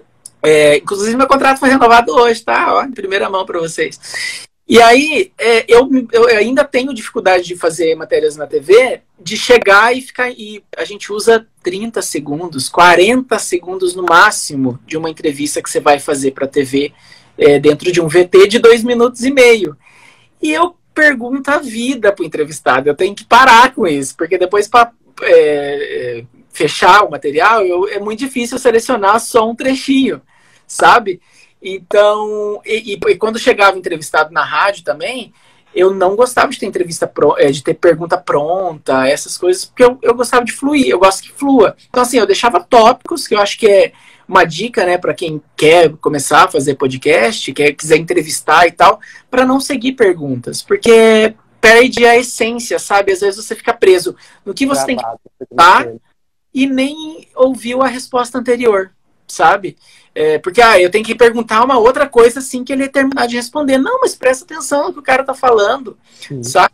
É, inclusive, meu contrato foi renovado hoje, tá? Ó, em primeira mão para vocês. E aí, é, eu, eu ainda tenho dificuldade de fazer matérias na T V, de chegar e ficar. E a gente usa trinta segundos, quarenta segundos no máximo de uma entrevista que você vai fazer para a T V, é, dentro de um V T de dois minutos e meio. E eu pergunto a vida para o entrevistado. Eu tenho que parar com isso, porque depois, para é, fechar o material, eu, é muito difícil selecionar só um trechinho, sabe? Então, e, e, e quando chegava entrevistado na rádio também, eu não gostava de ter entrevista, pro, de ter pergunta pronta, essas coisas, porque eu, eu gostava de fluir, eu gosto que flua. Então, assim, eu deixava tópicos, que eu acho que é uma dica, né, para quem quer começar a fazer podcast, quer, quiser entrevistar e tal, para não seguir perguntas, porque perde a essência, sabe? Às vezes você fica preso no que você Gravado, tem que falar e nem ouviu a resposta anterior, sabe? É, porque ah, eu tenho que perguntar uma outra coisa assim que ele terminar de responder. Não, mas presta atenção no que o cara tá falando, Sim. sabe?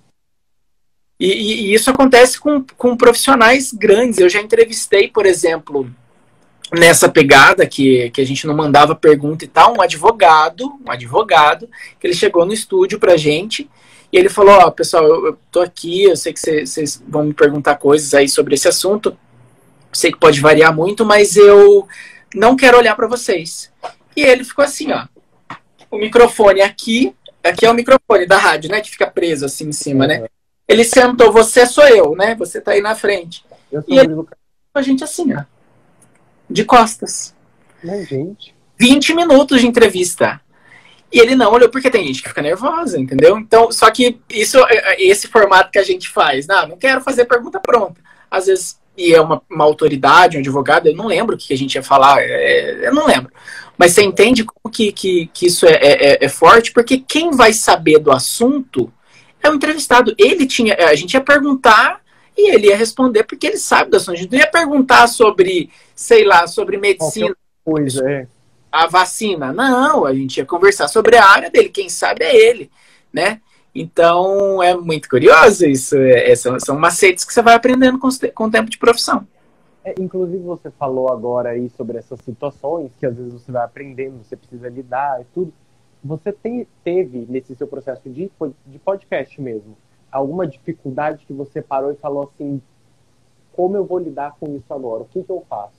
E, e, e isso acontece com, com profissionais grandes. Eu já entrevistei, por exemplo, nessa pegada que, que a gente não mandava pergunta e tal, um advogado, um advogado, que ele chegou no estúdio pra gente e ele falou, ó, oh, pessoal, eu, eu tô aqui, eu sei que vocês vão me perguntar coisas aí sobre esse assunto, sei que pode variar muito, mas eu não quero olhar para vocês. E ele ficou assim, ó, o microfone aqui, aqui é o microfone da rádio, né, que fica preso assim em cima, né? Ele sentou, você sou eu, né? Você tá aí na frente. Eu sou e ele o a gente assim, ó, de costas. Mas, gente... vinte minutos de entrevista. E ele não olhou, porque tem gente que fica nervosa, entendeu? Então, só que isso, esse formato que a gente faz, não, não quero fazer pergunta pronta. Às vezes, e é uma, uma autoridade, um advogado, eu não lembro o que a gente ia falar, é, eu não lembro. Mas você entende como que, que, que isso é, é, é forte? Porque quem vai saber do assunto é o entrevistado. Ele tinha, a gente ia perguntar e ele ia responder porque ele sabe do assunto. A gente não ia perguntar sobre, sei lá, sobre medicina. Coisa, é. A vacina. Não, a gente ia conversar sobre a área dele. Quem sabe é ele, né? Então, é muito curioso isso. É, são, são macetes que você vai aprendendo com, com o tempo de profissão. É, inclusive, você falou agora aí sobre essas situações que às vezes você vai aprendendo, você precisa lidar e tudo. Você tem, teve, nesse seu processo de, de podcast mesmo, alguma dificuldade que você parou e falou assim, como eu vou lidar com isso agora? O que, que eu faço?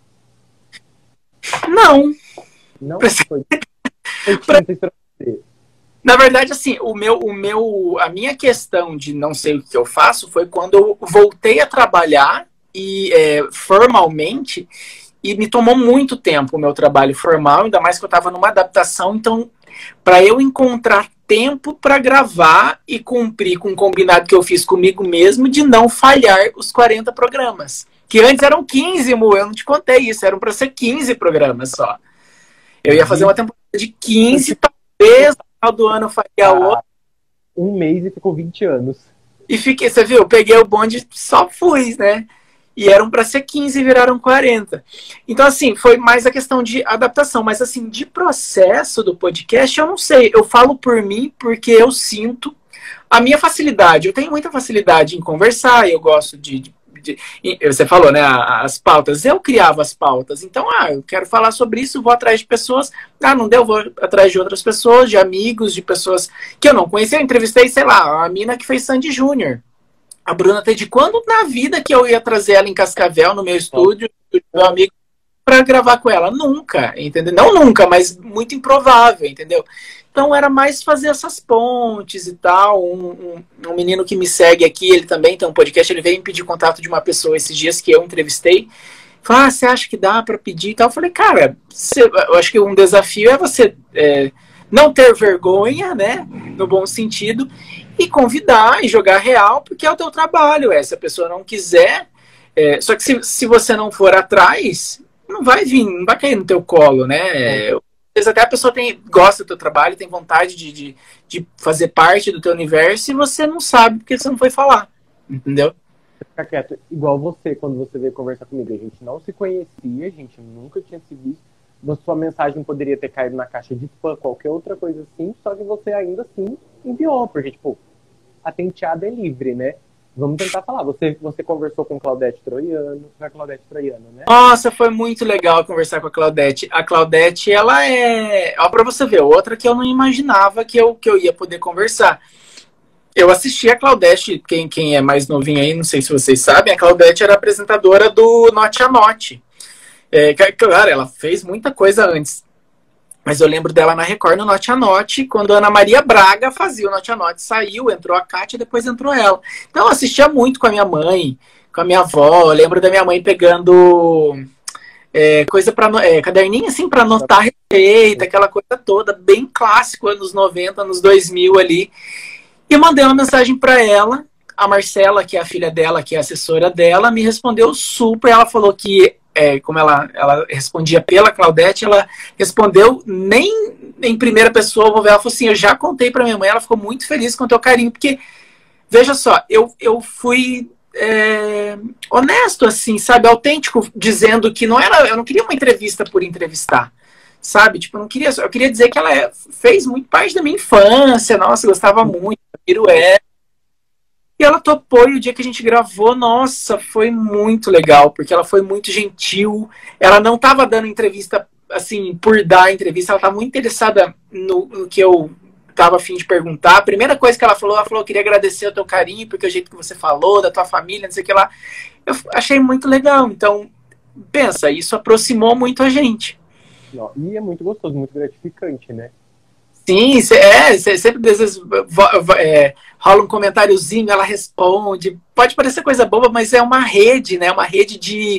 Não. Não foi, foi simples pra você. Na verdade, assim, o meu, o meu, a minha questão de não sei o que eu faço foi quando eu voltei a trabalhar e é, formalmente, e me tomou muito tempo o meu trabalho formal, ainda mais que eu estava numa adaptação. Então, para eu encontrar tempo para gravar e cumprir com o combinado que eu fiz comigo mesmo de não falhar os quarenta programas. Que antes eram quinze, Mu, eu não te contei isso, eram para ser quinze programas só. Eu ia fazer uma temporada de quinze, talvez no final do ano eu faria outra. Um mês e ficou vinte anos. E fiquei, você viu, eu peguei o bonde e só fui, né? E eram para ser quinze e viraram quarenta. Então, assim, foi mais a questão de adaptação. Mas, assim, de processo do podcast, eu não sei. Eu falo por mim porque eu sinto a minha facilidade. Eu tenho muita facilidade em conversar, eu gosto de... de, de você falou, né, as pautas. Eu criava as pautas. Então, ah, eu quero falar sobre isso, vou atrás de pessoas. Ah, não deu, vou atrás de outras pessoas, de amigos, de pessoas que eu não conhecia. Eu entrevistei, sei lá, a mina que fez Sandy Júnior. A Bruna Tede, quando na vida que eu ia trazer ela em Cascavel, no meu estúdio, meu amigo, para gravar com ela? Nunca, entendeu? Não nunca, mas muito improvável, entendeu? Então era mais fazer essas pontes e tal. Um, um, um menino que me segue aqui, ele também tem um podcast, ele veio me pedir contato de uma pessoa esses dias que eu entrevistei. Falou, ah, você acha que dá para pedir e tal? Eu falei, cara, você, eu acho que um desafio é você é, não ter vergonha, né? No bom sentido, e convidar e jogar real, porque é o teu trabalho. É, se a pessoa não quiser... É, só que se, se você não for atrás, não vai vir, não vai cair no teu colo, né? vezes até a pessoa tem, gosta do teu trabalho, tem vontade de, de, de fazer parte do teu universo e você não sabe porque você não foi falar, entendeu? Fica quieto, igual você, quando você veio conversar comigo, a gente não se conhecia, a gente nunca tinha se visto, a sua mensagem poderia ter caído na caixa de spam, qualquer outra coisa assim, só que você ainda assim enviou, porque, tipo, a tenteada é livre, né? Vamos tentar falar. Você, você conversou com Claudete Troiano, com a Claudete Troiano, né? Nossa, foi muito legal conversar com a Claudete. A Claudete, ela é... Ó, pra você ver, outra que eu não imaginava que eu, que eu ia poder conversar. Eu assisti a Claudete, quem, quem é mais novinho aí, não sei se vocês sabem, a Claudete era apresentadora do Note a Note. É, claro, ela fez muita coisa antes. Mas eu lembro dela na Record, no Note a Note, quando a Ana Maria Braga fazia o Note a Note. Saiu, entrou a Kátia, depois entrou ela. Então eu assistia muito com a minha mãe, com a minha avó. Eu lembro da minha mãe pegando é, coisa para é, caderninho assim para anotar receita, aquela coisa toda, bem clássico, anos noventa, anos dois mil ali. E eu mandei uma mensagem para ela. A Marcela, que é a filha dela, que é a assessora dela, me respondeu super. Ela falou que É, como ela, ela respondia pela Claudete, ela respondeu nem em primeira pessoa, ela falou assim, eu já contei para minha mãe, ela ficou muito feliz com o teu carinho, porque, veja só, eu, eu fui é, honesto, assim, sabe, autêntico, dizendo que não era, eu não queria uma entrevista por entrevistar, sabe, tipo, eu não queria, eu queria dizer que ela é, fez muito parte da minha infância, nossa, eu gostava muito, Pirué. E ela topou, e o dia que a gente gravou, nossa, foi muito legal, porque ela foi muito gentil. Ela não estava dando entrevista, assim, por dar entrevista, ela estava muito interessada no, no que eu estava a fim de perguntar. A primeira coisa que ela falou, ela falou, eu queria agradecer o teu carinho, porque o jeito que você falou, da tua família, não sei o que lá. Eu achei muito legal. Então, pensa, isso aproximou muito a gente. E é muito gostoso, muito gratificante, né? Sim, é, sempre às vezes é, rola um comentáriozinho, ela responde. Pode parecer coisa boba, mas é uma rede, né? Uma rede de.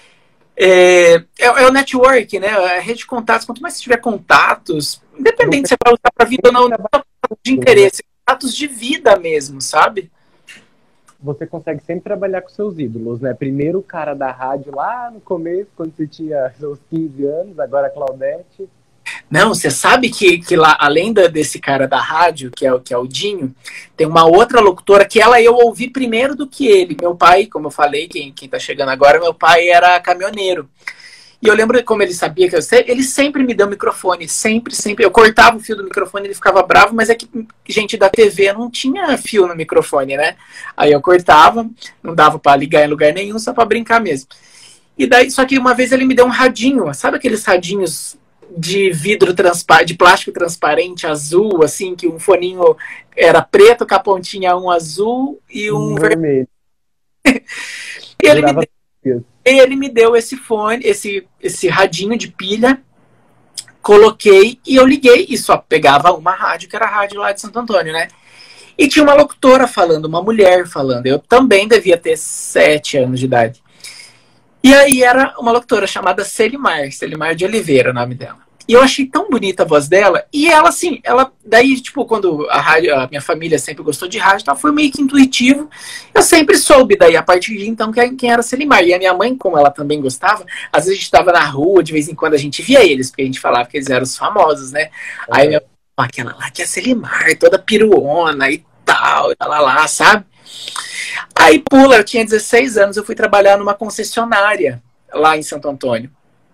É, é, é o network, né? É a rede de contatos. Quanto mais você tiver contatos, independente se você vai usar para vida ou não, não é de interesse, contatos de vida mesmo, sabe? Você consegue sempre trabalhar com seus ídolos, né? Primeiro o cara da rádio lá no começo, quando você tinha seus quinze anos, agora a Claudete. Não, você sabe que, que lá, além da, desse cara da rádio, que é, o, que é o Dinho, tem uma outra locutora que ela eu ouvi primeiro do que ele. Meu pai, como eu falei, quem, quem tá chegando agora, meu pai era caminhoneiro. E eu lembro como ele sabia que eu sei, ele sempre me deu microfone, sempre, sempre. Eu cortava o fio do microfone, ele ficava bravo, mas é que gente da T V não tinha fio no microfone, né? Aí eu cortava, não dava para ligar em lugar nenhum, só para brincar mesmo. E daí, só que uma vez ele me deu um radinho, sabe aqueles radinhos de vidro transparente, de plástico transparente, azul, assim, que um foninho era preto com a pontinha um azul e um, um vermelho. e ele me, deu, ele me deu esse fone, esse, esse radinho de pilha, coloquei e eu liguei e só pegava uma rádio, que era a rádio lá de Santo Antônio, né? E tinha uma locutora falando, uma mulher falando. Eu também devia ter sete anos de idade. E aí era uma locutora chamada Selimar, Selimar de Oliveira, o nome dela. E eu achei tão bonita a voz dela. E ela, assim, ela... Daí, tipo, quando a rádio, a minha família sempre gostou de rádio, então foi meio que intuitivo. Eu sempre soube daí, a partir de então, quem era Selimar. E a minha mãe, como ela também gostava, às vezes a gente estava na rua, de vez em quando a gente via eles, porque a gente falava que eles eram os famosos, né? Uhum. Aí minha mãe, aquela lá que é Selimar, toda piruona e tal, e lá, lá, sabe? Aí pula, eu tinha dezesseis anos, eu fui trabalhar numa concessionária lá em Santo Antônio.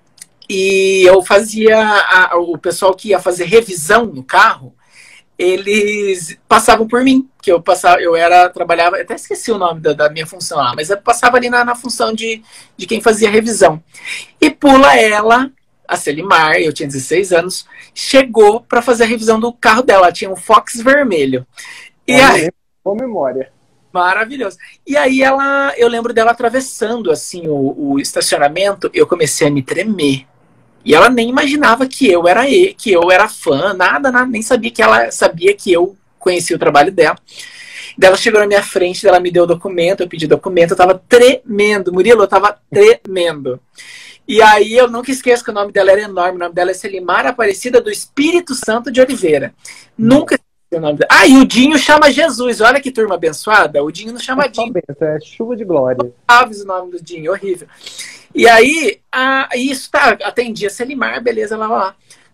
E eu fazia, a, o pessoal que ia fazer revisão no carro, eles passavam por mim, que eu passava, eu era, trabalhava, até esqueci o nome da, da minha função lá, mas eu passava ali na, na função de, de quem fazia revisão. E pula ela, a Selimar, eu tinha dezesseis anos, chegou para fazer a revisão do carro dela, ela tinha um Fox vermelho. E é, aí, boa memória. Maravilhoso. E aí ela, eu lembro dela atravessando assim o, o estacionamento, eu comecei a me tremer. E ela nem imaginava que eu era ele, que eu era fã, nada, nada, nem sabia que ela sabia que eu conhecia o trabalho dela. Daí ela chegou na minha frente, ela me deu o documento, eu pedi documento, eu tava tremendo, Murilo, eu tava tremendo. E aí eu nunca esqueço que o nome dela era enorme, o nome dela é Selimar Aparecida do Espírito Santo de Oliveira. Nunca o nome dela. Ah, e o Dinho chama Jesus. Olha que turma abençoada. O Dinho não chama é Dinho. Benção, é chuva de glória. Aves o nome do Dinho, horrível. E aí, a, isso tá, atendia Selimar, beleza, lá, lá.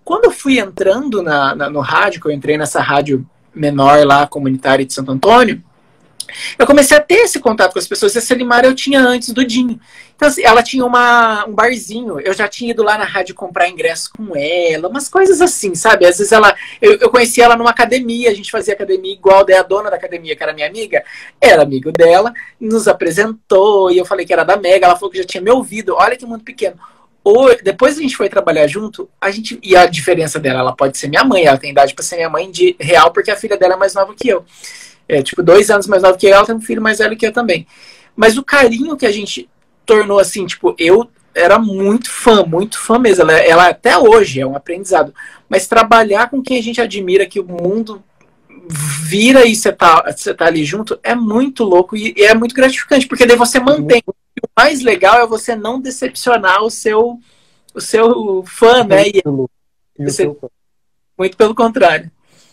Quando eu fui entrando na, na, no rádio, que eu entrei nessa rádio menor lá, comunitária de Santo Antônio, eu comecei a ter esse contato com as pessoas. Essa Limara eu tinha antes do Dinho. Então, assim, ela tinha uma, um barzinho. Eu já tinha ido lá na rádio comprar ingresso com ela, umas coisas assim, sabe? Às vezes ela, eu, eu conheci ela numa academia, a gente fazia academia igual, daí a dona da academia, que era minha amiga, era amigo dela, nos apresentou, e eu falei que era da Mega, ela falou que já tinha me ouvido. Olha que mundo pequeno. Ou, depois a gente foi trabalhar junto, a gente, e a diferença dela, ela pode ser minha mãe, ela tem idade para ser minha mãe de real, porque a filha dela é mais nova que eu. É, tipo, dois anos mais nova que ela, tem um filho mais velho que eu também. Mas o carinho que a gente tornou, assim, tipo, eu era muito fã, muito fã mesmo. Ela, ela até hoje é um aprendizado. Mas trabalhar com quem a gente admira, que o mundo vira e você tá, você tá ali junto, é muito louco e, e é muito gratificante, porque daí você mantém. O mais legal é você não decepcionar o seu, o seu fã, né? E, você, muito pelo contrário.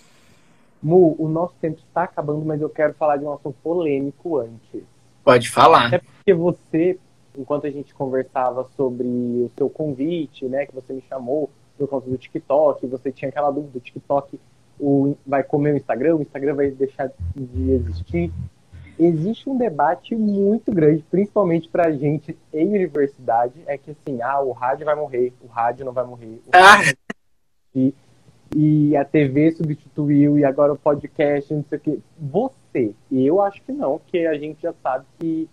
Mu, o nosso tempo está acabando, mas eu quero falar de um assunto polêmico antes. Pode falar. Até porque você, enquanto a gente conversava sobre o seu convite, né, que você me chamou por conta do TikTok, você tinha aquela dúvida, o TikTok o, vai comer o Instagram, o Instagram vai deixar de existir. Existe um debate muito grande, principalmente pra gente em universidade, é que assim, ah, o rádio vai morrer, o rádio não vai morrer, o rádio vai morrer. E a T V substituiu, e agora o podcast, não sei o quê. Você, e eu acho que não, porque a gente já sabe que,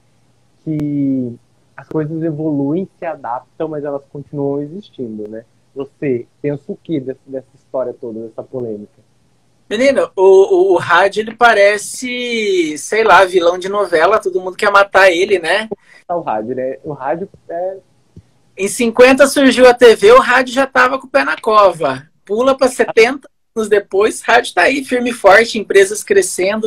que as coisas evoluem, se adaptam, mas elas continuam existindo, né? Você pensa o que dessa, dessa história toda, dessa polêmica? Menino, o, o, o rádio, ele parece, sei lá, vilão de novela, todo mundo quer matar ele, né? O rádio, né? O rádio é... Em cinquenta surgiu a T V, o rádio já tava com o pé na cova. Pula para setenta anos depois, rádio está aí, firme e forte, empresas crescendo.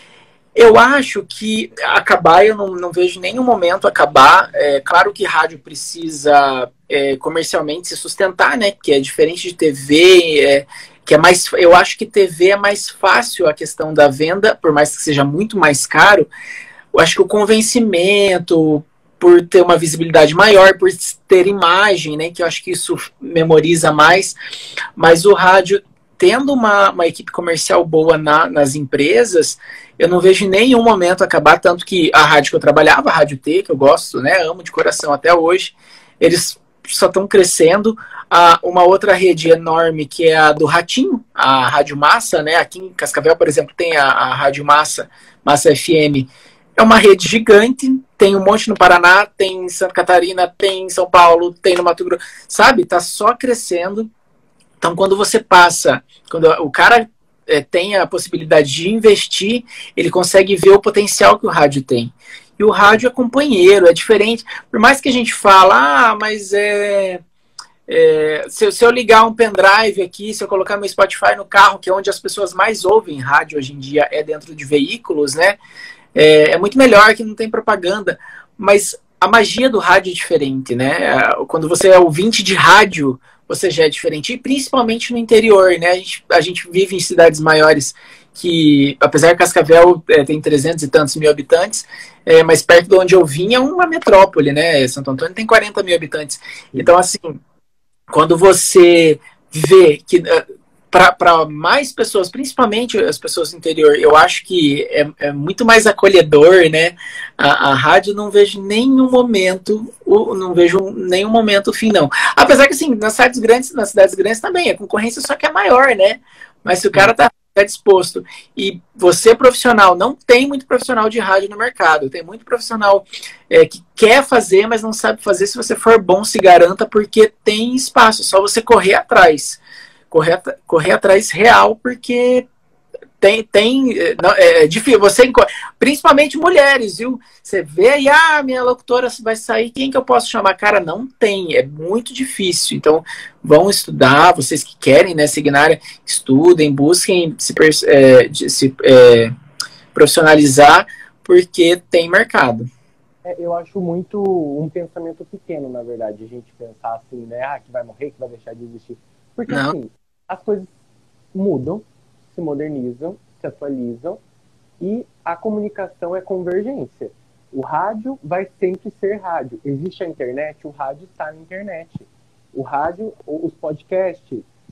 Eu acho que acabar, eu não, não vejo nenhum momento acabar. É claro que rádio precisa é, comercialmente se sustentar, né? Que é diferente de T V, é, que é mais. Eu acho que T V é mais fácil a questão da venda, por mais que seja muito mais caro. Eu acho que o convencimento, por ter uma visibilidade maior, por ter imagem, né, que eu acho que isso memoriza mais, mas o rádio, tendo uma, uma equipe comercial boa na, nas empresas, eu não vejo em nenhum momento acabar, tanto que a rádio que eu trabalhava, a Rádio T, que eu gosto, né, amo de coração até hoje, eles só estão crescendo. Ah, uma outra rede enorme, que é a do Ratinho, a Rádio Massa, né, aqui em Cascavel, por exemplo, tem a, a Rádio Massa, Massa F M, é uma rede gigante, tem um monte no Paraná, tem em Santa Catarina, tem em São Paulo, tem no Mato Grosso, sabe? Tá só crescendo. Então, quando você passa, quando o cara é, tem a possibilidade de investir, ele consegue ver o potencial que o rádio tem. E o rádio é companheiro, é diferente. Por mais que a gente fala, ah, mas é... É, se, se eu ligar um pendrive aqui, se eu colocar meu Spotify no carro, que é onde as pessoas mais ouvem rádio hoje em dia, é dentro de veículos, né? É, é muito melhor, que não tem propaganda, mas a magia do rádio é diferente, né? Quando você é ouvinte de rádio, você já é diferente, e principalmente no interior, né? A gente, a gente vive em cidades maiores que, apesar que Cascavel é, tem trezentos e tantos mil habitantes, é, mas perto de onde eu vim é uma metrópole, né? Santo Antônio tem quarenta mil habitantes. Então, assim, quando você vê que para mais pessoas, principalmente as pessoas do interior, eu acho que é, é muito mais acolhedor, né? A, a rádio não vejo nenhum momento, não vejo nenhum momento o fim, não. Apesar que, assim, nas cidades grandes, nas cidades grandes também, a concorrência só que é maior, né? Mas se o cara tá, tá disposto, e você profissional, não tem muito profissional de rádio no mercado, tem muito profissional é, que quer fazer, mas não sabe fazer. Se você for bom, se garanta, porque tem espaço, só você correr atrás. Correr, correr atrás real, porque tem, tem não, é, é difícil, você, principalmente mulheres, viu? Você vê aí, ah, minha locutora vai sair, quem que eu posso chamar? Cara, não tem, é muito difícil. Então, vão estudar, vocês que querem, né, seguir na área, estudem, busquem se, é, se é, profissionalizar, porque tem mercado. É, eu acho muito um pensamento pequeno, na verdade, a gente pensar assim, né, ah, que vai morrer, que vai deixar de existir. Porque, não. assim, as coisas mudam, se modernizam, se atualizam, e a comunicação é convergência. O rádio vai sempre ser rádio. Existe a internet, o rádio está na internet. O rádio, os podcasts,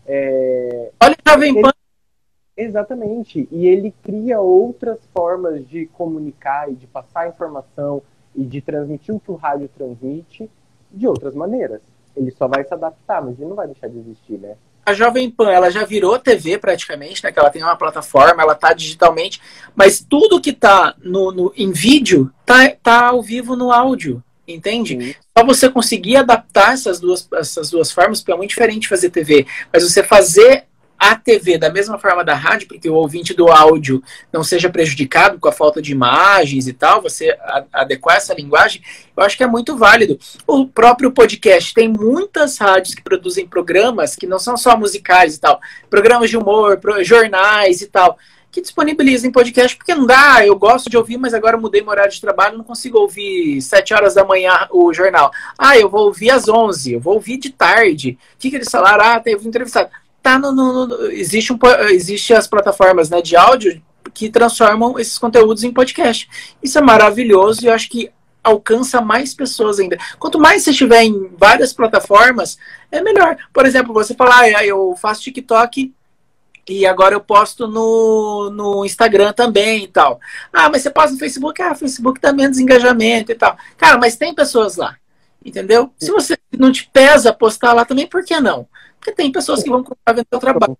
É... Olha o Jovem ele... Pan. Exatamente. E ele cria outras formas de comunicar e de passar informação e de transmitir o que o rádio transmite de outras maneiras. Ele só vai se adaptar, mas ele não vai deixar de existir, né? A Jovem Pan, ela já virou T V praticamente, né? Que ela tem uma plataforma, ela tá digitalmente, mas tudo que tá no, no, em vídeo tá, tá ao vivo no áudio, entende? Sim. Só você conseguir adaptar essas duas, essas duas formas, porque é muito diferente fazer T V, mas você fazer a T V da mesma forma da rádio, porque o ouvinte do áudio não seja prejudicado com a falta de imagens e tal, você adequar essa linguagem, eu acho que é muito válido. O próprio podcast, tem muitas rádios que produzem programas que não são só musicais e tal, programas de humor, jornais e tal, que disponibilizam podcast, porque não dá, eu gosto de ouvir, mas agora eu mudei meu horário de trabalho, não consigo ouvir sete horas da manhã o jornal. Ah, eu vou ouvir às onze, eu vou ouvir de tarde. O que, que eles falaram? Ah, teve um entrevistado. Tá no, no, no, existe, um, existe as plataformas, né, de áudio que transformam esses conteúdos em podcast. Isso é maravilhoso e eu acho que alcança mais pessoas ainda. Quanto mais você estiver em várias plataformas, é melhor. Por exemplo, você falar, ah, eu faço TikTok e agora eu posto no, no Instagram também e tal. Ah, mas você posta no Facebook? Ah, o Facebook dá menos engajamento e tal. Cara, mas tem pessoas lá, entendeu? Se você não te pesa postar lá também, por que não? Porque tem pessoas que vão comprar vendo o seu trabalho.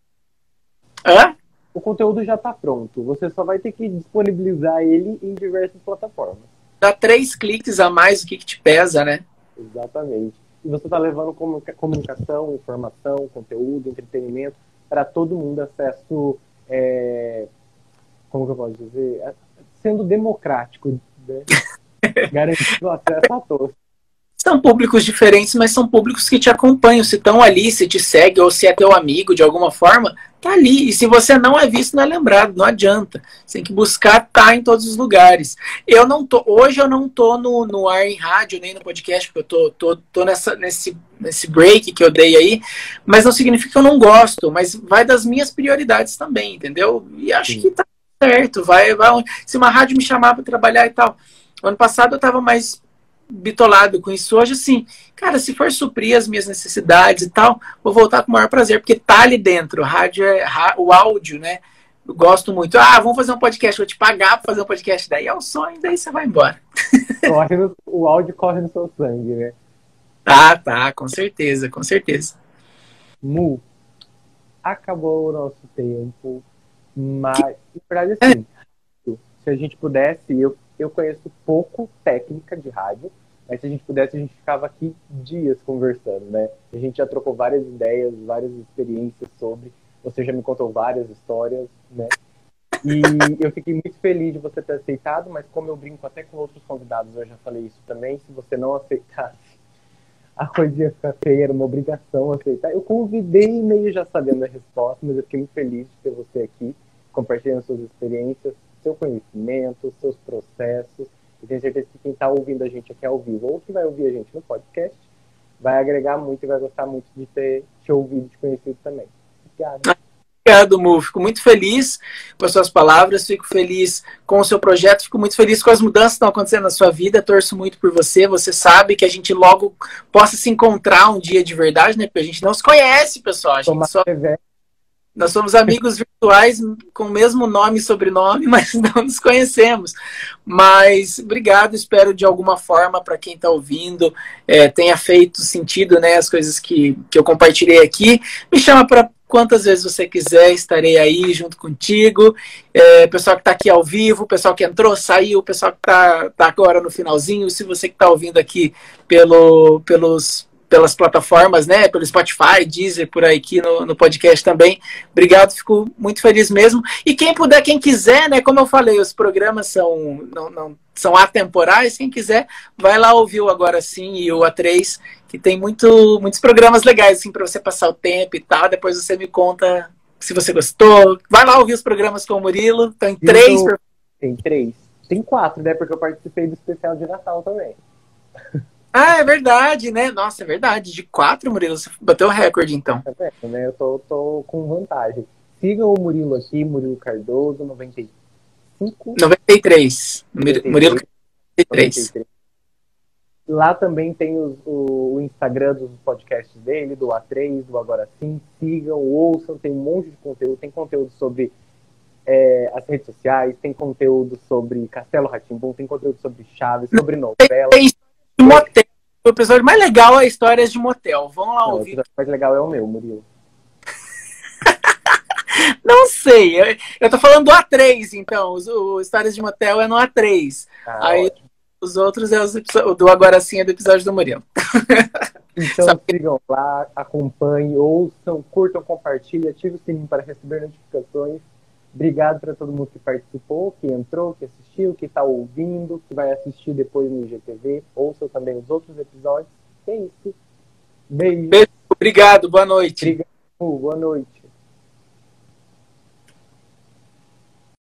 Hã? O conteúdo já está pronto. Você só vai ter que disponibilizar ele em diversas plataformas. Dá três cliques a mais do que, que te pesa, né? Exatamente. E você está levando comunicação, informação, conteúdo, entretenimento para todo mundo, acesso, é... como que eu posso dizer? Sendo democrático, né? Garantindo acesso a todos. São públicos diferentes, mas são públicos que te acompanham. Se estão ali, se te segue, ou se é teu amigo de alguma forma, tá ali. E se você não é visto, não é lembrado, não adianta. Você tem que buscar, tá em todos os lugares. Eu não tô, hoje eu não tô no, no ar em rádio, nem no podcast, porque eu tô, tô, tô nessa, nesse, nesse break que eu dei aí, mas não significa que eu não gosto, mas vai das minhas prioridades também, entendeu? E acho Sim. que tá certo. Vai, vai, se uma rádio me chamar para trabalhar e tal. Ano passado eu tava mais bitolado com isso. Hoje, assim, cara, se for suprir as minhas necessidades e tal, vou voltar com o maior prazer, porque tá ali dentro. O rádio é o áudio, né? Eu gosto muito. Ah, vamos fazer um podcast, vou te pagar pra fazer um podcast. Daí é o sonho, daí você vai embora. Corre no, o áudio corre no seu sangue, né? Tá, tá, com certeza, com certeza. Mu, acabou o nosso tempo, mas, na verdade, assim, é. se a gente pudesse, eu, eu conheço pouco técnica de rádio, mas se a gente pudesse, a gente ficava aqui dias conversando, né? A gente já trocou várias ideias, várias experiências sobre, você já me contou várias histórias, né? E eu fiquei muito feliz de você ter aceitado, mas como eu brinco até com outros convidados, eu já falei isso também, se você não aceitasse, a coisa ia ficar feia, era uma obrigação aceitar. Eu convidei meio já sabendo a resposta, mas eu fiquei muito feliz de ter você aqui, compartilhando suas experiências, seu conhecimento, seus processos. E tenho certeza que quem está ouvindo a gente aqui ao vivo, ou que vai ouvir a gente no podcast, vai agregar muito e vai gostar muito de ter te ouvido e te conhecido também. Obrigado. Obrigado, Mu. Fico muito feliz com as suas palavras, fico feliz com o seu projeto, fico muito feliz com as mudanças que estão acontecendo na sua vida, torço muito por você. Você sabe que a gente logo possa se encontrar um dia de verdade, né? Porque a gente não se conhece, pessoal. A gente só... Nós somos amigos virtuais com o mesmo nome e sobrenome, mas não nos conhecemos. Mas obrigado, espero de alguma forma para quem está ouvindo é, tenha feito sentido, né, as coisas que, que eu compartilhei aqui. Me chama para quantas vezes você quiser, estarei aí junto contigo. É, pessoal que está aqui ao vivo, pessoal que entrou, saiu, pessoal que está tá agora no finalzinho. Se você que está ouvindo aqui pelo, pelos... pelas plataformas, né, pelo Spotify, Deezer, por aí aqui no, no podcast também. Obrigado, fico muito feliz mesmo. E quem puder, quem quiser, né, como eu falei, os programas são, não, não, são atemporais, quem quiser, vai lá ouvir o Agora Sim e o A três, que tem muito, muitos programas legais, assim, para você passar o tempo e tal, depois você me conta se você gostou. Vai lá ouvir os programas com o Murilo, tem três. Então, tem três. Tem quatro, né, porque eu participei do especial de Natal também. Ah, é verdade, né? Nossa, é verdade. De quatro, Murilo, você bateu o recorde, então. Tá vendo, né? Eu tô, tô com vantagem. Sigam o Murilo aqui, Murilo Cardoso, noventa e cinco? noventa e três. Murilo Cardoso, noventa e três. Lá também tem os, o, o o Instagram dos podcasts dele, do A três, do Agora Sim. Sigam, ouçam, tem um monte de conteúdo. Tem conteúdo sobre é, as redes sociais, tem conteúdo sobre Castelo Rá-Tim-Bum, tem conteúdo sobre Chaves, sobre novela. Tem história de motel. O episódio mais legal é histórias de motel. Vão lá Não, ouvir. o episódio mais legal é o meu, Murilo. Não sei. Eu, eu tô falando do A três, então. Os, o Histórias de Motel é no A três. Ah, Aí ótimo. os outros é os episódios, o do Agora Sim é do episódio do Murilo. Então Sabe? sigam lá, acompanhem, ouçam, curtam, compartilhem, ativem o sininho para receber notificações. Obrigado para todo mundo que participou, que entrou, que assistiu, que está ouvindo, que vai assistir depois no I G T V. Ouçam também os outros episódios. É isso. Beijo. Beijo. Obrigado. Boa noite. Obrigado. Boa noite.